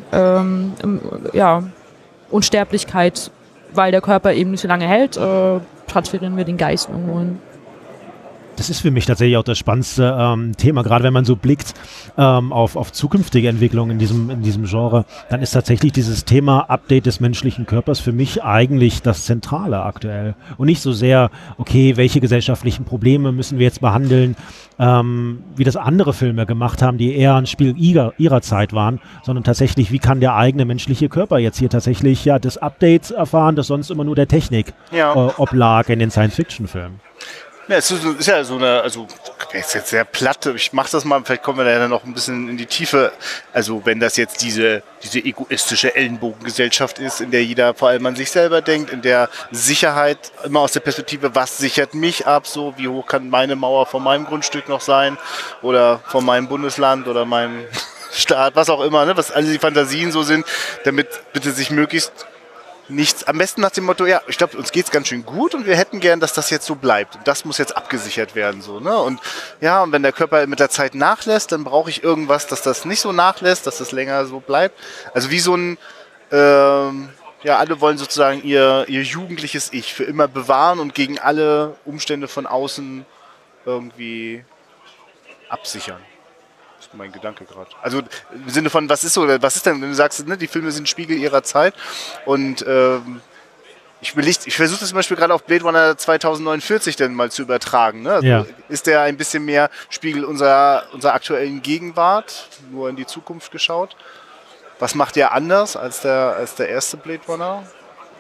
Unsterblichkeit, weil der Körper eben nicht so lange hält, transferieren wir den Geist irgendwo hin. Das ist für mich tatsächlich auch das spannendste Thema, gerade wenn man so blickt auf zukünftige Entwicklungen in diesem Genre, dann ist tatsächlich dieses Thema Update des menschlichen Körpers für mich eigentlich das Zentrale aktuell. Und nicht so sehr, okay, welche gesellschaftlichen Probleme müssen wir jetzt behandeln, wie das andere Filme gemacht haben, die eher ein Spiel ihrer Zeit waren, sondern tatsächlich, wie kann der eigene menschliche Körper jetzt hier tatsächlich das Update erfahren, das sonst immer nur der Technik oblag in den Science-Fiction-Filmen. Ja, es ist ja so eine, also ist jetzt sehr platt, ich mach das mal, vielleicht kommen wir da ja noch ein bisschen in die Tiefe. Also wenn das jetzt diese egoistische Ellenbogengesellschaft ist, in der jeder vor allem an sich selber denkt, in der Sicherheit immer aus der Perspektive, was sichert mich ab, so wie hoch kann meine Mauer von meinem Grundstück noch sein oder von meinem Bundesland oder meinem Staat, was auch immer, ne, was alle die Fantasien so sind, damit bitte sich möglichst nichts, am besten nach dem Motto, ja, ich glaube, uns geht's ganz schön gut und wir hätten gern, dass das jetzt so bleibt. Und das muss jetzt abgesichert werden, so, ne? Und ja, und wenn der Körper mit der Zeit nachlässt, dann brauche ich irgendwas, dass das nicht so nachlässt, dass das länger so bleibt. Also wie so ein, alle wollen sozusagen ihr jugendliches Ich für immer bewahren und gegen alle Umstände von außen irgendwie absichern. Mein Gedanke gerade. Also im Sinne von, was ist denn, wenn du sagst, ne, die Filme sind Spiegel ihrer Zeit und ich versuche das zum Beispiel gerade auf Blade Runner 2049 dann mal zu übertragen. Ne? Also ist der ein bisschen mehr Spiegel unserer aktuellen Gegenwart, nur in die Zukunft geschaut? Was macht der anders als der erste Blade Runner?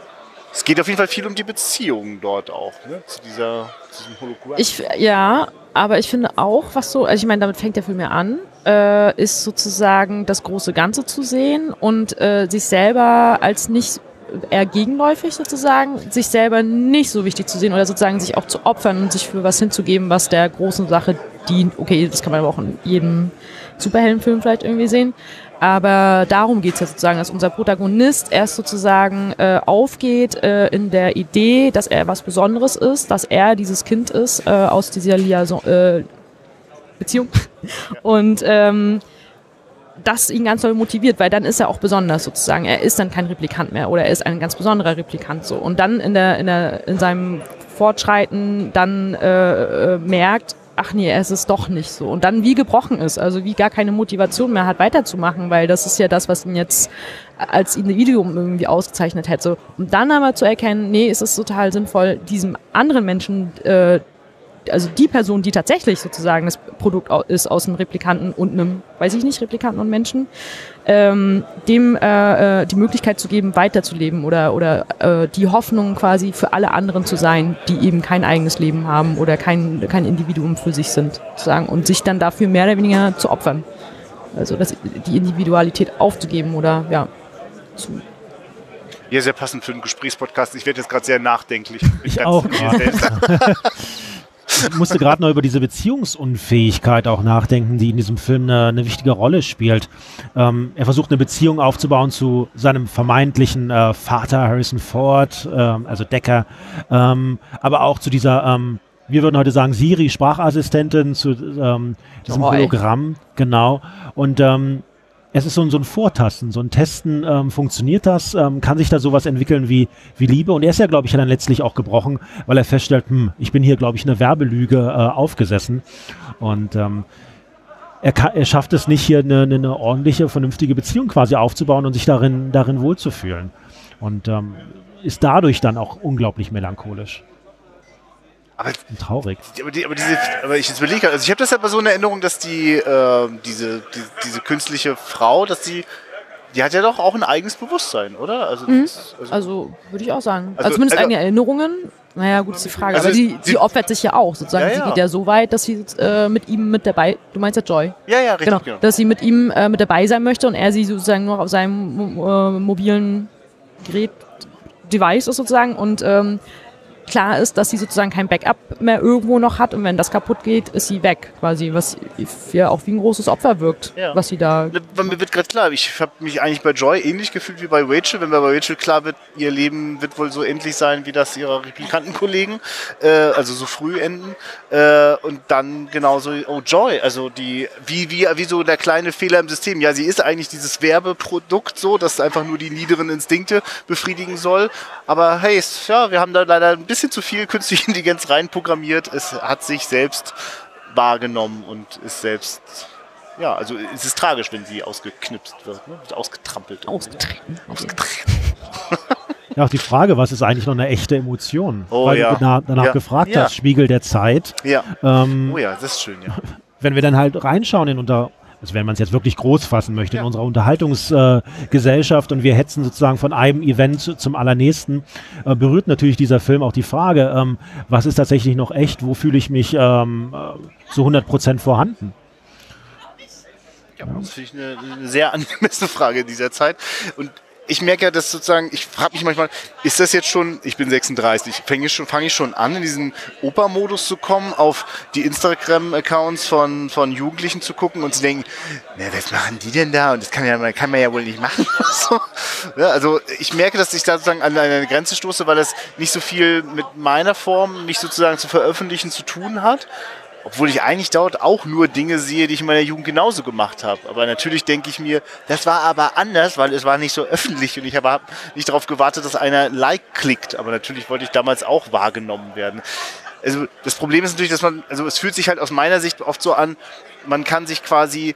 Es geht auf jeden Fall viel um die Beziehungen dort auch, ne? Zu diesem Hologramm. Aber ich finde auch, also ich meine, damit fängt der Film ja an, ist sozusagen das große Ganze zu sehen und sich selber als nicht eher gegenläufig sozusagen, sich selber nicht so wichtig zu sehen oder sozusagen sich auch zu opfern und sich für was hinzugeben, was der großen Sache dient. Okay, das kann man aber auch in jedem Superheldenfilm vielleicht irgendwie sehen. Aber darum geht es ja sozusagen, dass unser Protagonist erst sozusagen aufgeht in der Idee, dass er was Besonderes ist, dass er dieses Kind ist aus dieser Beziehung und das ihn ganz doll motiviert, weil dann ist er auch besonders sozusagen. Er ist dann kein Replikant mehr oder er ist ein ganz besonderer Replikant so. Und dann in seinem Fortschreiten dann merkt, ach nee, es ist doch nicht so. Und dann wie gebrochen ist, also wie gar keine Motivation mehr hat, weiterzumachen, weil das ist ja das, was ihn jetzt als Individuum irgendwie ausgezeichnet hätte. Und dann aber zu erkennen, nee, es ist total sinnvoll, diesem anderen Menschen, also die Person, die tatsächlich sozusagen das Produkt ist aus einem Replikanten und einem, weiß ich nicht, Replikanten und Menschen, dem die Möglichkeit zu geben, weiterzuleben oder die Hoffnung quasi für alle anderen zu sein, die eben kein eigenes Leben haben oder kein Individuum für sich sind, sozusagen, und sich dann dafür mehr oder weniger zu opfern. Also die Individualität aufzugeben oder ja. Ja, sehr passend für einen Gesprächspodcast. Ich werde jetzt gerade sehr nachdenklich. Ich auch. Ich musste gerade noch über diese Beziehungsunfähigkeit auch nachdenken, die in diesem Film eine wichtige Rolle spielt. Er versucht eine Beziehung aufzubauen zu seinem vermeintlichen Vater Harrison Ford, also Decker, aber auch zu dieser, wir würden heute sagen, Siri-Sprachassistentin, zu diesem Hologramm, genau. Und es ist so ein Vortasten, so ein Testen, funktioniert das, kann sich da sowas entwickeln wie Liebe, und er ist ja, glaube ich, dann letztlich auch gebrochen, weil er feststellt, ich bin hier, glaube ich, eine Werbelüge aufgesessen, und er schafft es nicht, hier eine ordentliche, vernünftige Beziehung quasi aufzubauen und sich darin wohlzufühlen, und ist dadurch dann auch unglaublich melancholisch. Aber traurig. Aber ich jetzt überlege, also ich habe das aber so in Erinnerung, dass diese künstliche Frau, die hat ja doch auch ein eigenes Bewusstsein, oder? Also würde ich auch sagen. Also zumindest eigene Erinnerungen. Naja, gut, ist die Frage. Also aber sie opfert sich ja auch sozusagen. Ja. Sie geht ja so weit, dass sie mit ihm mit dabei, du meinst ja Joy? Ja, richtig. Genau. Dass sie mit ihm mit dabei sein möchte und er sie sozusagen noch auf seinem mobilen Gerät, Device ist sozusagen, und klar ist, dass sie sozusagen kein Backup mehr irgendwo noch hat, und wenn das kaputt geht, ist sie weg quasi, was ja auch wie ein großes Opfer wirkt, was sie da... Mir wird gerade klar, ich habe mich eigentlich bei Joy ähnlich gefühlt wie bei Rachel, wenn mir bei Rachel klar wird, ihr Leben wird wohl so endlich sein wie das ihrer Replikantenkollegen, also so früh enden, und dann genauso, Joy, also wie so der kleine Fehler im System, ja, sie ist eigentlich dieses Werbeprodukt so, das einfach nur die niederen Instinkte befriedigen soll, aber hey, ja, wir haben da leider ein bisschen zu viel künstliche Intelligenz reinprogrammiert. Es hat sich selbst wahrgenommen und ist selbst, ja, also es ist tragisch, wenn sie ausgeknipst wird, ne? Ausgetrampelt. Ausgetreten. Ja, auch die Frage, was ist eigentlich noch eine echte Emotion? Weil du danach gefragt hast, Spiegel der Zeit. Ja. Das ist schön, ja. Wenn wir dann halt reinschauen also wenn man es jetzt wirklich groß fassen möchte, in unserer Unterhaltungsgesellschaft, und wir hetzen sozusagen von einem Event zum allernächsten, berührt natürlich dieser Film auch die Frage, was ist tatsächlich noch echt, wo fühle ich mich so 100% vorhanden? Ja, das finde ich eine sehr angemessene Frage in dieser Zeit. Und ich merke ja, dass sozusagen, ich frage mich manchmal, ist das jetzt schon, ich bin 36, fange ich schon an, in diesen Opa-Modus zu kommen, auf die Instagram-Accounts von Jugendlichen zu gucken und zu denken, was machen die denn da? Und das kann man ja wohl nicht machen. So. Ja, also ich merke, dass ich da sozusagen an eine Grenze stoße, weil das nicht so viel mit meiner Form, nicht sozusagen zu veröffentlichen, zu tun hat. Obwohl ich eigentlich dort auch nur Dinge sehe, die ich in meiner Jugend genauso gemacht habe. Aber natürlich denke ich mir, das war aber anders, weil es war nicht so öffentlich und ich habe nicht darauf gewartet, dass einer Like klickt. Aber natürlich wollte ich damals auch wahrgenommen werden. Also das Problem ist natürlich, dass es fühlt sich halt aus meiner Sicht oft so an, man kann sich quasi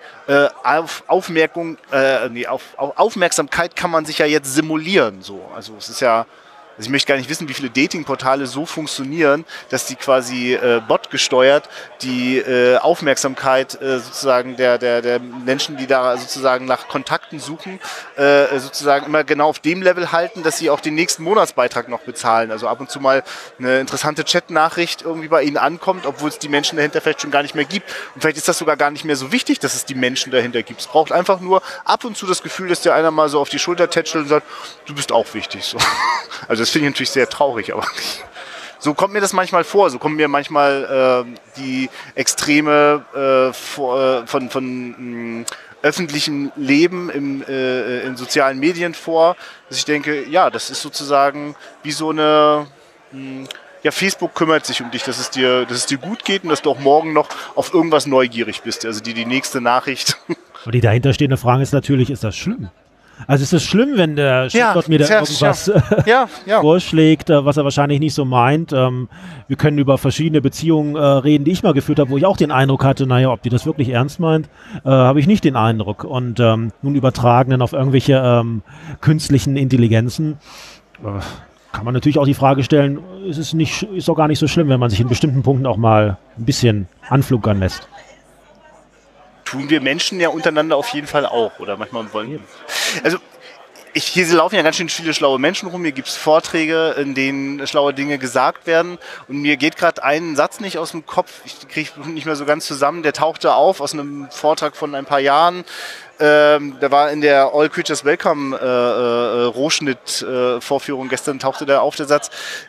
Aufmerksamkeit kann man sich ja jetzt simulieren. So. Also es ist ja Also ich möchte gar nicht wissen, wie viele Datingportale so funktionieren, dass die quasi botgesteuert die Aufmerksamkeit sozusagen der Menschen, die da sozusagen nach Kontakten suchen, sozusagen immer genau auf dem Level halten, dass sie auch den nächsten Monatsbeitrag noch bezahlen. Also ab und zu mal eine interessante Chat-Nachricht irgendwie bei ihnen ankommt, obwohl es die Menschen dahinter vielleicht schon gar nicht mehr gibt. Und vielleicht ist das sogar gar nicht mehr so wichtig, dass es die Menschen dahinter gibt. Es braucht einfach nur ab und zu das Gefühl, dass dir einer mal so auf die Schulter tätschelt und sagt, du bist auch wichtig. So. Also das finde ich natürlich sehr traurig, aber so kommt mir das manchmal vor. So kommen mir manchmal die Extreme von öffentlichem Leben in sozialen Medien vor, dass ich denke, ja, das ist sozusagen wie so eine... Ja, Facebook kümmert sich um dich, dass es dir gut geht und dass du auch morgen noch auf irgendwas neugierig bist. Also die nächste Nachricht. Und die dahinterstehende Frage ist natürlich, ist das schlimm? Also ist es schlimm, wenn der Chef mir da irgendwas vorschlägt, was er wahrscheinlich nicht so meint? Wir können über verschiedene Beziehungen reden, die ich mal geführt habe, wo ich auch den Eindruck hatte, naja, ob die das wirklich ernst meint, habe ich nicht den Eindruck. Und nun übertragen dann auf irgendwelche künstlichen Intelligenzen, kann man natürlich auch die Frage stellen, ist doch gar nicht so schlimm, wenn man sich in bestimmten Punkten auch mal ein bisschen anflunkern lässt. Tun wir Menschen ja untereinander auf jeden Fall auch, oder manchmal wollen wir. Also hier laufen ja ganz schön viele schlaue Menschen rum, hier gibt es Vorträge, in denen schlaue Dinge gesagt werden und mir geht gerade ein Satz nicht aus dem Kopf, ich kriege nicht mehr so ganz zusammen, der tauchte auf aus einem Vortrag von ein paar Jahren, der war in der All Creatures Welcome Rohschnitt-Vorführung gestern, tauchte da auf der Satz,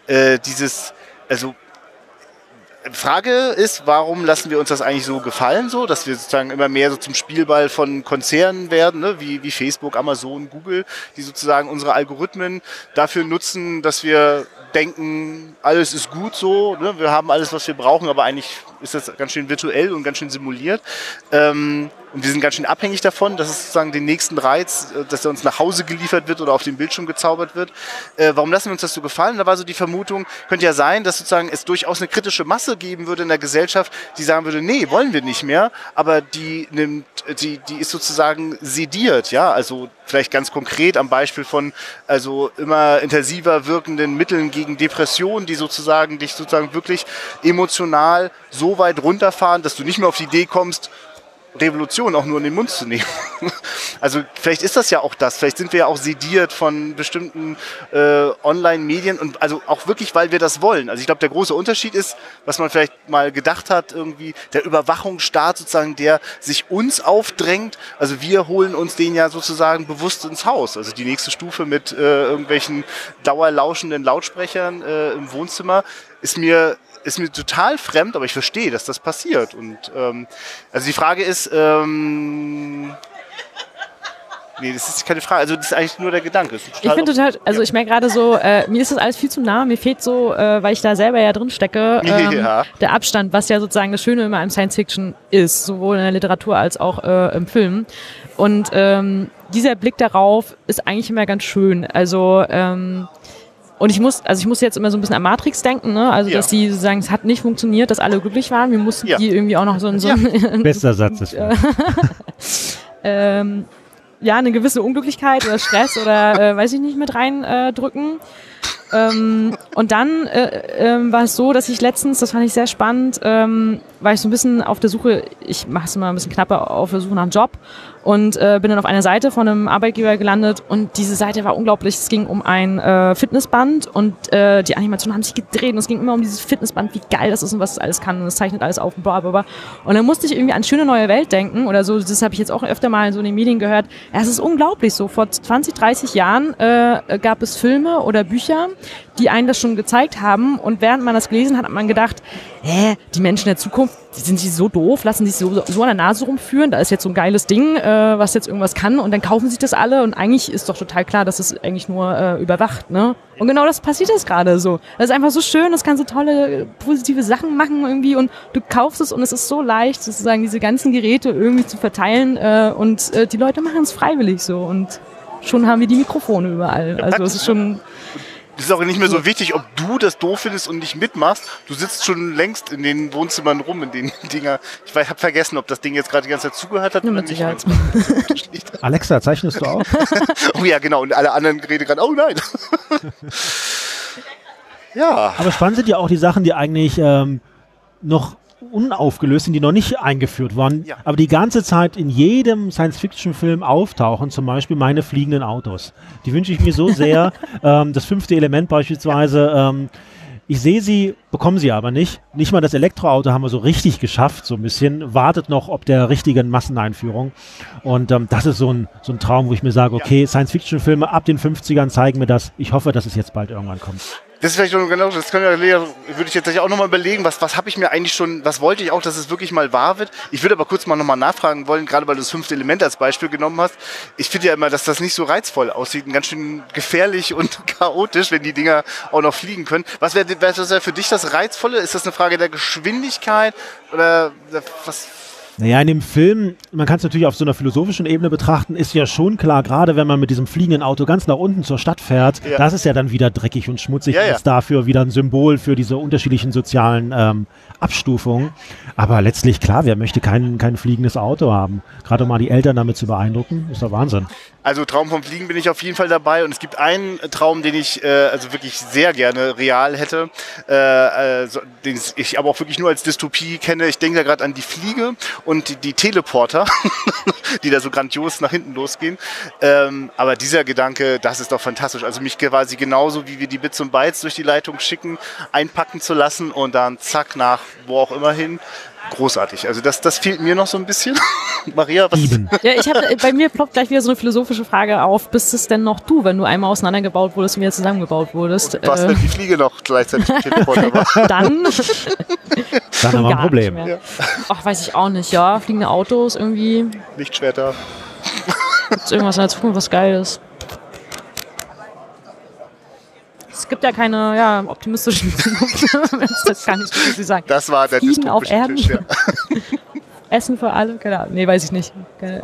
Frage ist, warum lassen wir uns das eigentlich so gefallen, so, dass wir sozusagen immer mehr so zum Spielball von Konzernen werden, ne, wie Facebook, Amazon, Google, die sozusagen unsere Algorithmen dafür nutzen, dass wir denken, alles ist gut so, ne, wir haben alles, was wir brauchen, aber eigentlich ist das ganz schön virtuell und ganz schön simuliert. Und wir sind ganz schön abhängig davon, dass es sozusagen den nächsten Reiz, dass er uns nach Hause geliefert wird oder auf dem Bildschirm gezaubert wird. Warum lassen wir uns das so gefallen? Da war so die Vermutung, könnte ja sein, dass sozusagen es durchaus eine kritische Masse geben würde in der Gesellschaft, die sagen würde, nee, wollen wir nicht mehr, aber die ist sozusagen sediert, ja, also vielleicht ganz konkret am Beispiel von also immer intensiver wirkenden Mitteln gegen Depressionen, die sozusagen dich sozusagen wirklich emotional so weit runterfahren, dass du nicht mehr auf die Idee kommst, Revolution auch nur in den Mund zu nehmen. Also vielleicht ist das ja auch das, vielleicht sind wir ja auch sediert von bestimmten Online-Medien und also auch wirklich, weil wir das wollen. Also ich glaube, der große Unterschied ist, was man vielleicht mal gedacht hat, irgendwie der Überwachungsstaat sozusagen, der sich uns aufdrängt, also wir holen uns den ja sozusagen bewusst ins Haus. Also die nächste Stufe mit irgendwelchen dauerlauschenden Lautsprechern im Wohnzimmer ist mir total fremd, aber ich verstehe, dass das passiert. Und also die Frage ist, nee, das ist keine Frage, also das ist eigentlich nur der Gedanke. Ich finde total, also ich merke gerade so, mir ist das alles viel zu nah, mir fehlt so, weil ich da selber ja drin stecke, der Abstand, was ja sozusagen das Schöne immer im Science-Fiction ist, sowohl in der Literatur als auch im Film. Und dieser Blick darauf ist eigentlich immer ganz schön. Also und ich muss jetzt immer so ein bisschen an Matrix denken, ne? Also dass die sagen, es hat nicht funktioniert, dass alle glücklich waren. Wir mussten die irgendwie auch noch so ein bester Satz ist eine gewisse Unglücklichkeit oder Stress oder weiß ich nicht mit reindrücken. Und dann war es so, dass ich letztens, das fand ich sehr spannend, war ich so ein bisschen auf der Suche, ich mache es immer ein bisschen knapper, auf der Suche nach einem Job und bin dann auf einer Seite von einem Arbeitgeber gelandet und diese Seite war unglaublich, es ging um ein Fitnessband und die Animationen haben sich gedreht und es ging immer um dieses Fitnessband, wie geil das ist und was es alles kann und es zeichnet alles auf und bla bla bla. Und dann musste ich irgendwie an schöne neue Welt denken oder so, das habe ich jetzt auch öfter mal so in den Medien gehört, ja, es ist unglaublich so, vor 20, 30 Jahren gab es Filme oder Bücher, die einen das schon gezeigt haben und während man das gelesen hat, hat man gedacht, die Menschen der Zukunft, sind sie so doof, lassen sich so an der Nase rumführen, da ist jetzt so ein geiles Ding, was jetzt irgendwas kann und dann kaufen sich das alle und eigentlich ist doch total klar, dass es eigentlich nur überwacht, ne? Und genau das passiert jetzt gerade so. Das ist einfach so schön, das kann so tolle, positive Sachen machen irgendwie und du kaufst es und es ist so leicht, sozusagen diese ganzen Geräte irgendwie zu verteilen und die Leute machen es freiwillig so und schon haben wir die Mikrofone überall. Also es ist schon... Es ist auch nicht mehr so wichtig, ob du das doof findest und nicht mitmachst. Du sitzt schon längst in den Wohnzimmern rum, in den Dinger. Ich habe vergessen, ob das Ding jetzt gerade die ganze Zeit zugehört hat oder nicht. Alexa, zeichnest du auch? Oh ja, genau. Und alle anderen Geräte gerade, oh nein. Ja. Aber spannend sind ja auch die Sachen, die eigentlich noch unaufgelöst sind, die noch nicht eingeführt wurden, aber die ganze Zeit in jedem Science-Fiction-Film auftauchen, zum Beispiel meine fliegenden Autos. Die wünsche ich mir so sehr. Das 5. Element beispielsweise, ich sehe sie, bekomme sie aber nicht. Nicht mal das Elektroauto haben wir so richtig geschafft, so ein bisschen. Wartet noch ob der richtigen Masseneinführung. Und das ist so ein Traum, wo ich mir sage, okay, Science-Fiction-Filme ab den 50ern zeigen mir das. Ich hoffe, dass es jetzt bald irgendwann kommt. Das ist vielleicht schon genau, das würde ich jetzt auch nochmal überlegen, was habe ich mir eigentlich schon, was wollte ich auch, dass es wirklich mal wahr wird. Ich würde aber kurz mal nochmal nachfragen wollen, gerade weil du das 5. Element als Beispiel genommen hast. Ich finde ja immer, dass das nicht so reizvoll aussieht und ganz schön gefährlich und chaotisch, wenn die Dinger auch noch fliegen können. Was wäre für dich das Reizvolle? Ist das eine Frage der Geschwindigkeit oder was? Naja, in dem Film, man kann es natürlich auf so einer philosophischen Ebene betrachten, ist ja schon klar, gerade wenn man mit diesem fliegenden Auto ganz nach unten zur Stadt fährt, das ist ja dann wieder dreckig und schmutzig, ist dafür wieder ein Symbol für diese unterschiedlichen sozialen Abstufungen. Aber letztlich, klar, wer möchte kein fliegendes Auto haben? Gerade um mal die Eltern damit zu beeindrucken, ist doch Wahnsinn. Also Traum vom Fliegen bin ich auf jeden Fall dabei und es gibt einen Traum, den ich also wirklich sehr gerne real hätte, den ich aber auch wirklich nur als Dystopie kenne. Ich denke da gerade an die Fliege und die Teleporter, die da so grandios nach hinten losgehen. Aber dieser Gedanke, das ist doch fantastisch. Also mich quasi genauso, wie wir die Bits und Bytes durch die Leitung schicken, einpacken zu lassen und dann zack nach wo auch immer hin. Großartig. Also das fehlt mir noch so ein bisschen. Maria, was? Ja, bei mir ploppt gleich wieder so eine philosophische Frage auf. Bist es denn noch du, wenn du einmal auseinandergebaut wurdest und wieder zusammengebaut wurdest? Was, wenn die Fliege noch gleichzeitig Teleporter war? Dann haben wir ein Problem. Ja. Ach, weiß ich auch nicht. Ja, fliegende Autos irgendwie. Lichtschwerter. Ist irgendwas in der Zukunft, was geil ist. Es gibt ja keine optimistischen das kann ich wirklich sagen. Das war der Fliegen auf dystopische Erden. Tisch, ja. Essen für alle? Keine Ahnung. Nee, weiß ich nicht.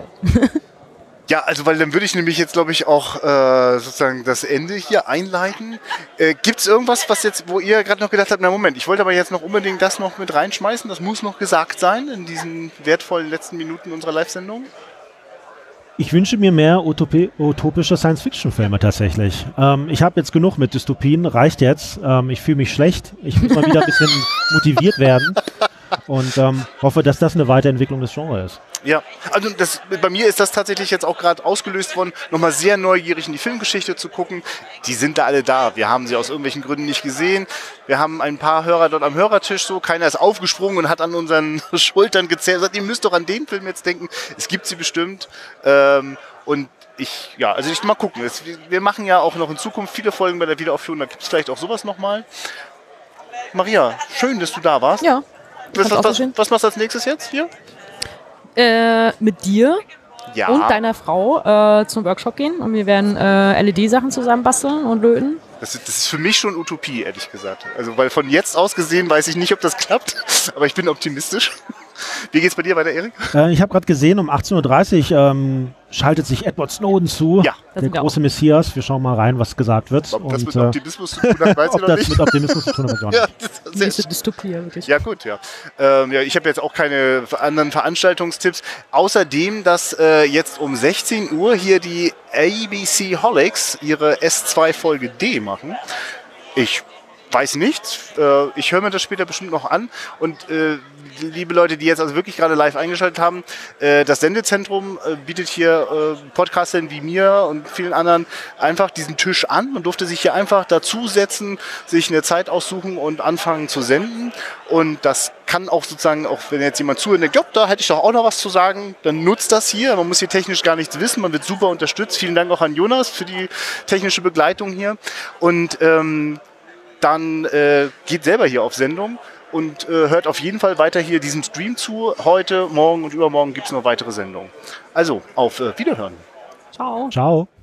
Ja, also weil dann würde ich nämlich jetzt, glaube ich, auch sozusagen das Ende hier einleiten. Gibt es irgendwas, wo ihr gerade noch gedacht habt, na Moment, ich wollte aber jetzt noch unbedingt das noch mit reinschmeißen, das muss noch gesagt sein in diesen wertvollen letzten Minuten unserer Live-Sendung? Ich wünsche mir mehr utopische Science-Fiction-Filme tatsächlich. Ich habe jetzt genug mit Dystopien, reicht jetzt. Ich fühle mich schlecht. Ich muss mal wieder ein bisschen motiviert werden und hoffe, dass das eine Weiterentwicklung des Genres ist. Ja, also bei mir ist das tatsächlich jetzt auch gerade ausgelöst worden, nochmal sehr neugierig in die Filmgeschichte zu gucken. Die sind da alle da. Wir haben sie aus irgendwelchen Gründen nicht gesehen. Wir haben ein paar Hörer dort am Hörertisch so. Keiner ist aufgesprungen und hat an unseren Schultern gezählt. Sagt, ihr müsst doch an den Film jetzt denken. Es gibt sie bestimmt. Und ich mal gucken. Wir machen ja auch noch in Zukunft viele Folgen bei der Wiederaufführung. Da gibt es vielleicht auch sowas nochmal. Maria, schön, dass du da warst. Ja. Was machst du als nächstes jetzt hier? Mit dir und deiner Frau zum Workshop gehen und wir werden LED-Sachen zusammenbasteln und löten. Das ist für mich schon Utopie, ehrlich gesagt. Also, weil von jetzt aus gesehen weiß ich nicht, ob das klappt, aber ich bin optimistisch. Wie geht's bei dir weiter, Erik? Ich habe gerade gesehen, um 18.30 Uhr schaltet sich Edward Snowden zu, der große Messias. Wir schauen mal rein, was gesagt wird. Ob das mit Optimismus zu tun hat, weiß ich noch nicht. Ob das mit Optimismus zu tun hat, weiß ich nicht. Nächste Dystopie, wirklich. Ja, gut, ja. Ich habe jetzt auch keine anderen Veranstaltungstipps. Außerdem, dass jetzt um 16 Uhr hier die ABC Holics ihre S2 Folge D machen. Ich weiß nicht. Ich höre mir das später bestimmt noch an. Und liebe Leute, die jetzt also wirklich gerade live eingeschaltet haben, das Sendezentrum bietet hier Podcastern wie mir und vielen anderen einfach diesen Tisch an. Man durfte sich hier einfach dazusetzen, sich eine Zeit aussuchen und anfangen zu senden. Und das kann auch sozusagen, auch wenn jetzt jemand zuhört und denkt, ja, da hätte ich doch auch noch was zu sagen, dann nutzt das hier. Man muss hier technisch gar nichts wissen. Man wird super unterstützt. Vielen Dank auch an Jonas für die technische Begleitung hier. Und dann geht selber hier auf Sendung und hört auf jeden Fall weiter hier diesem Stream zu. Heute, morgen und übermorgen gibt es noch weitere Sendungen. Also, auf Wiederhören. Ciao. Ciao.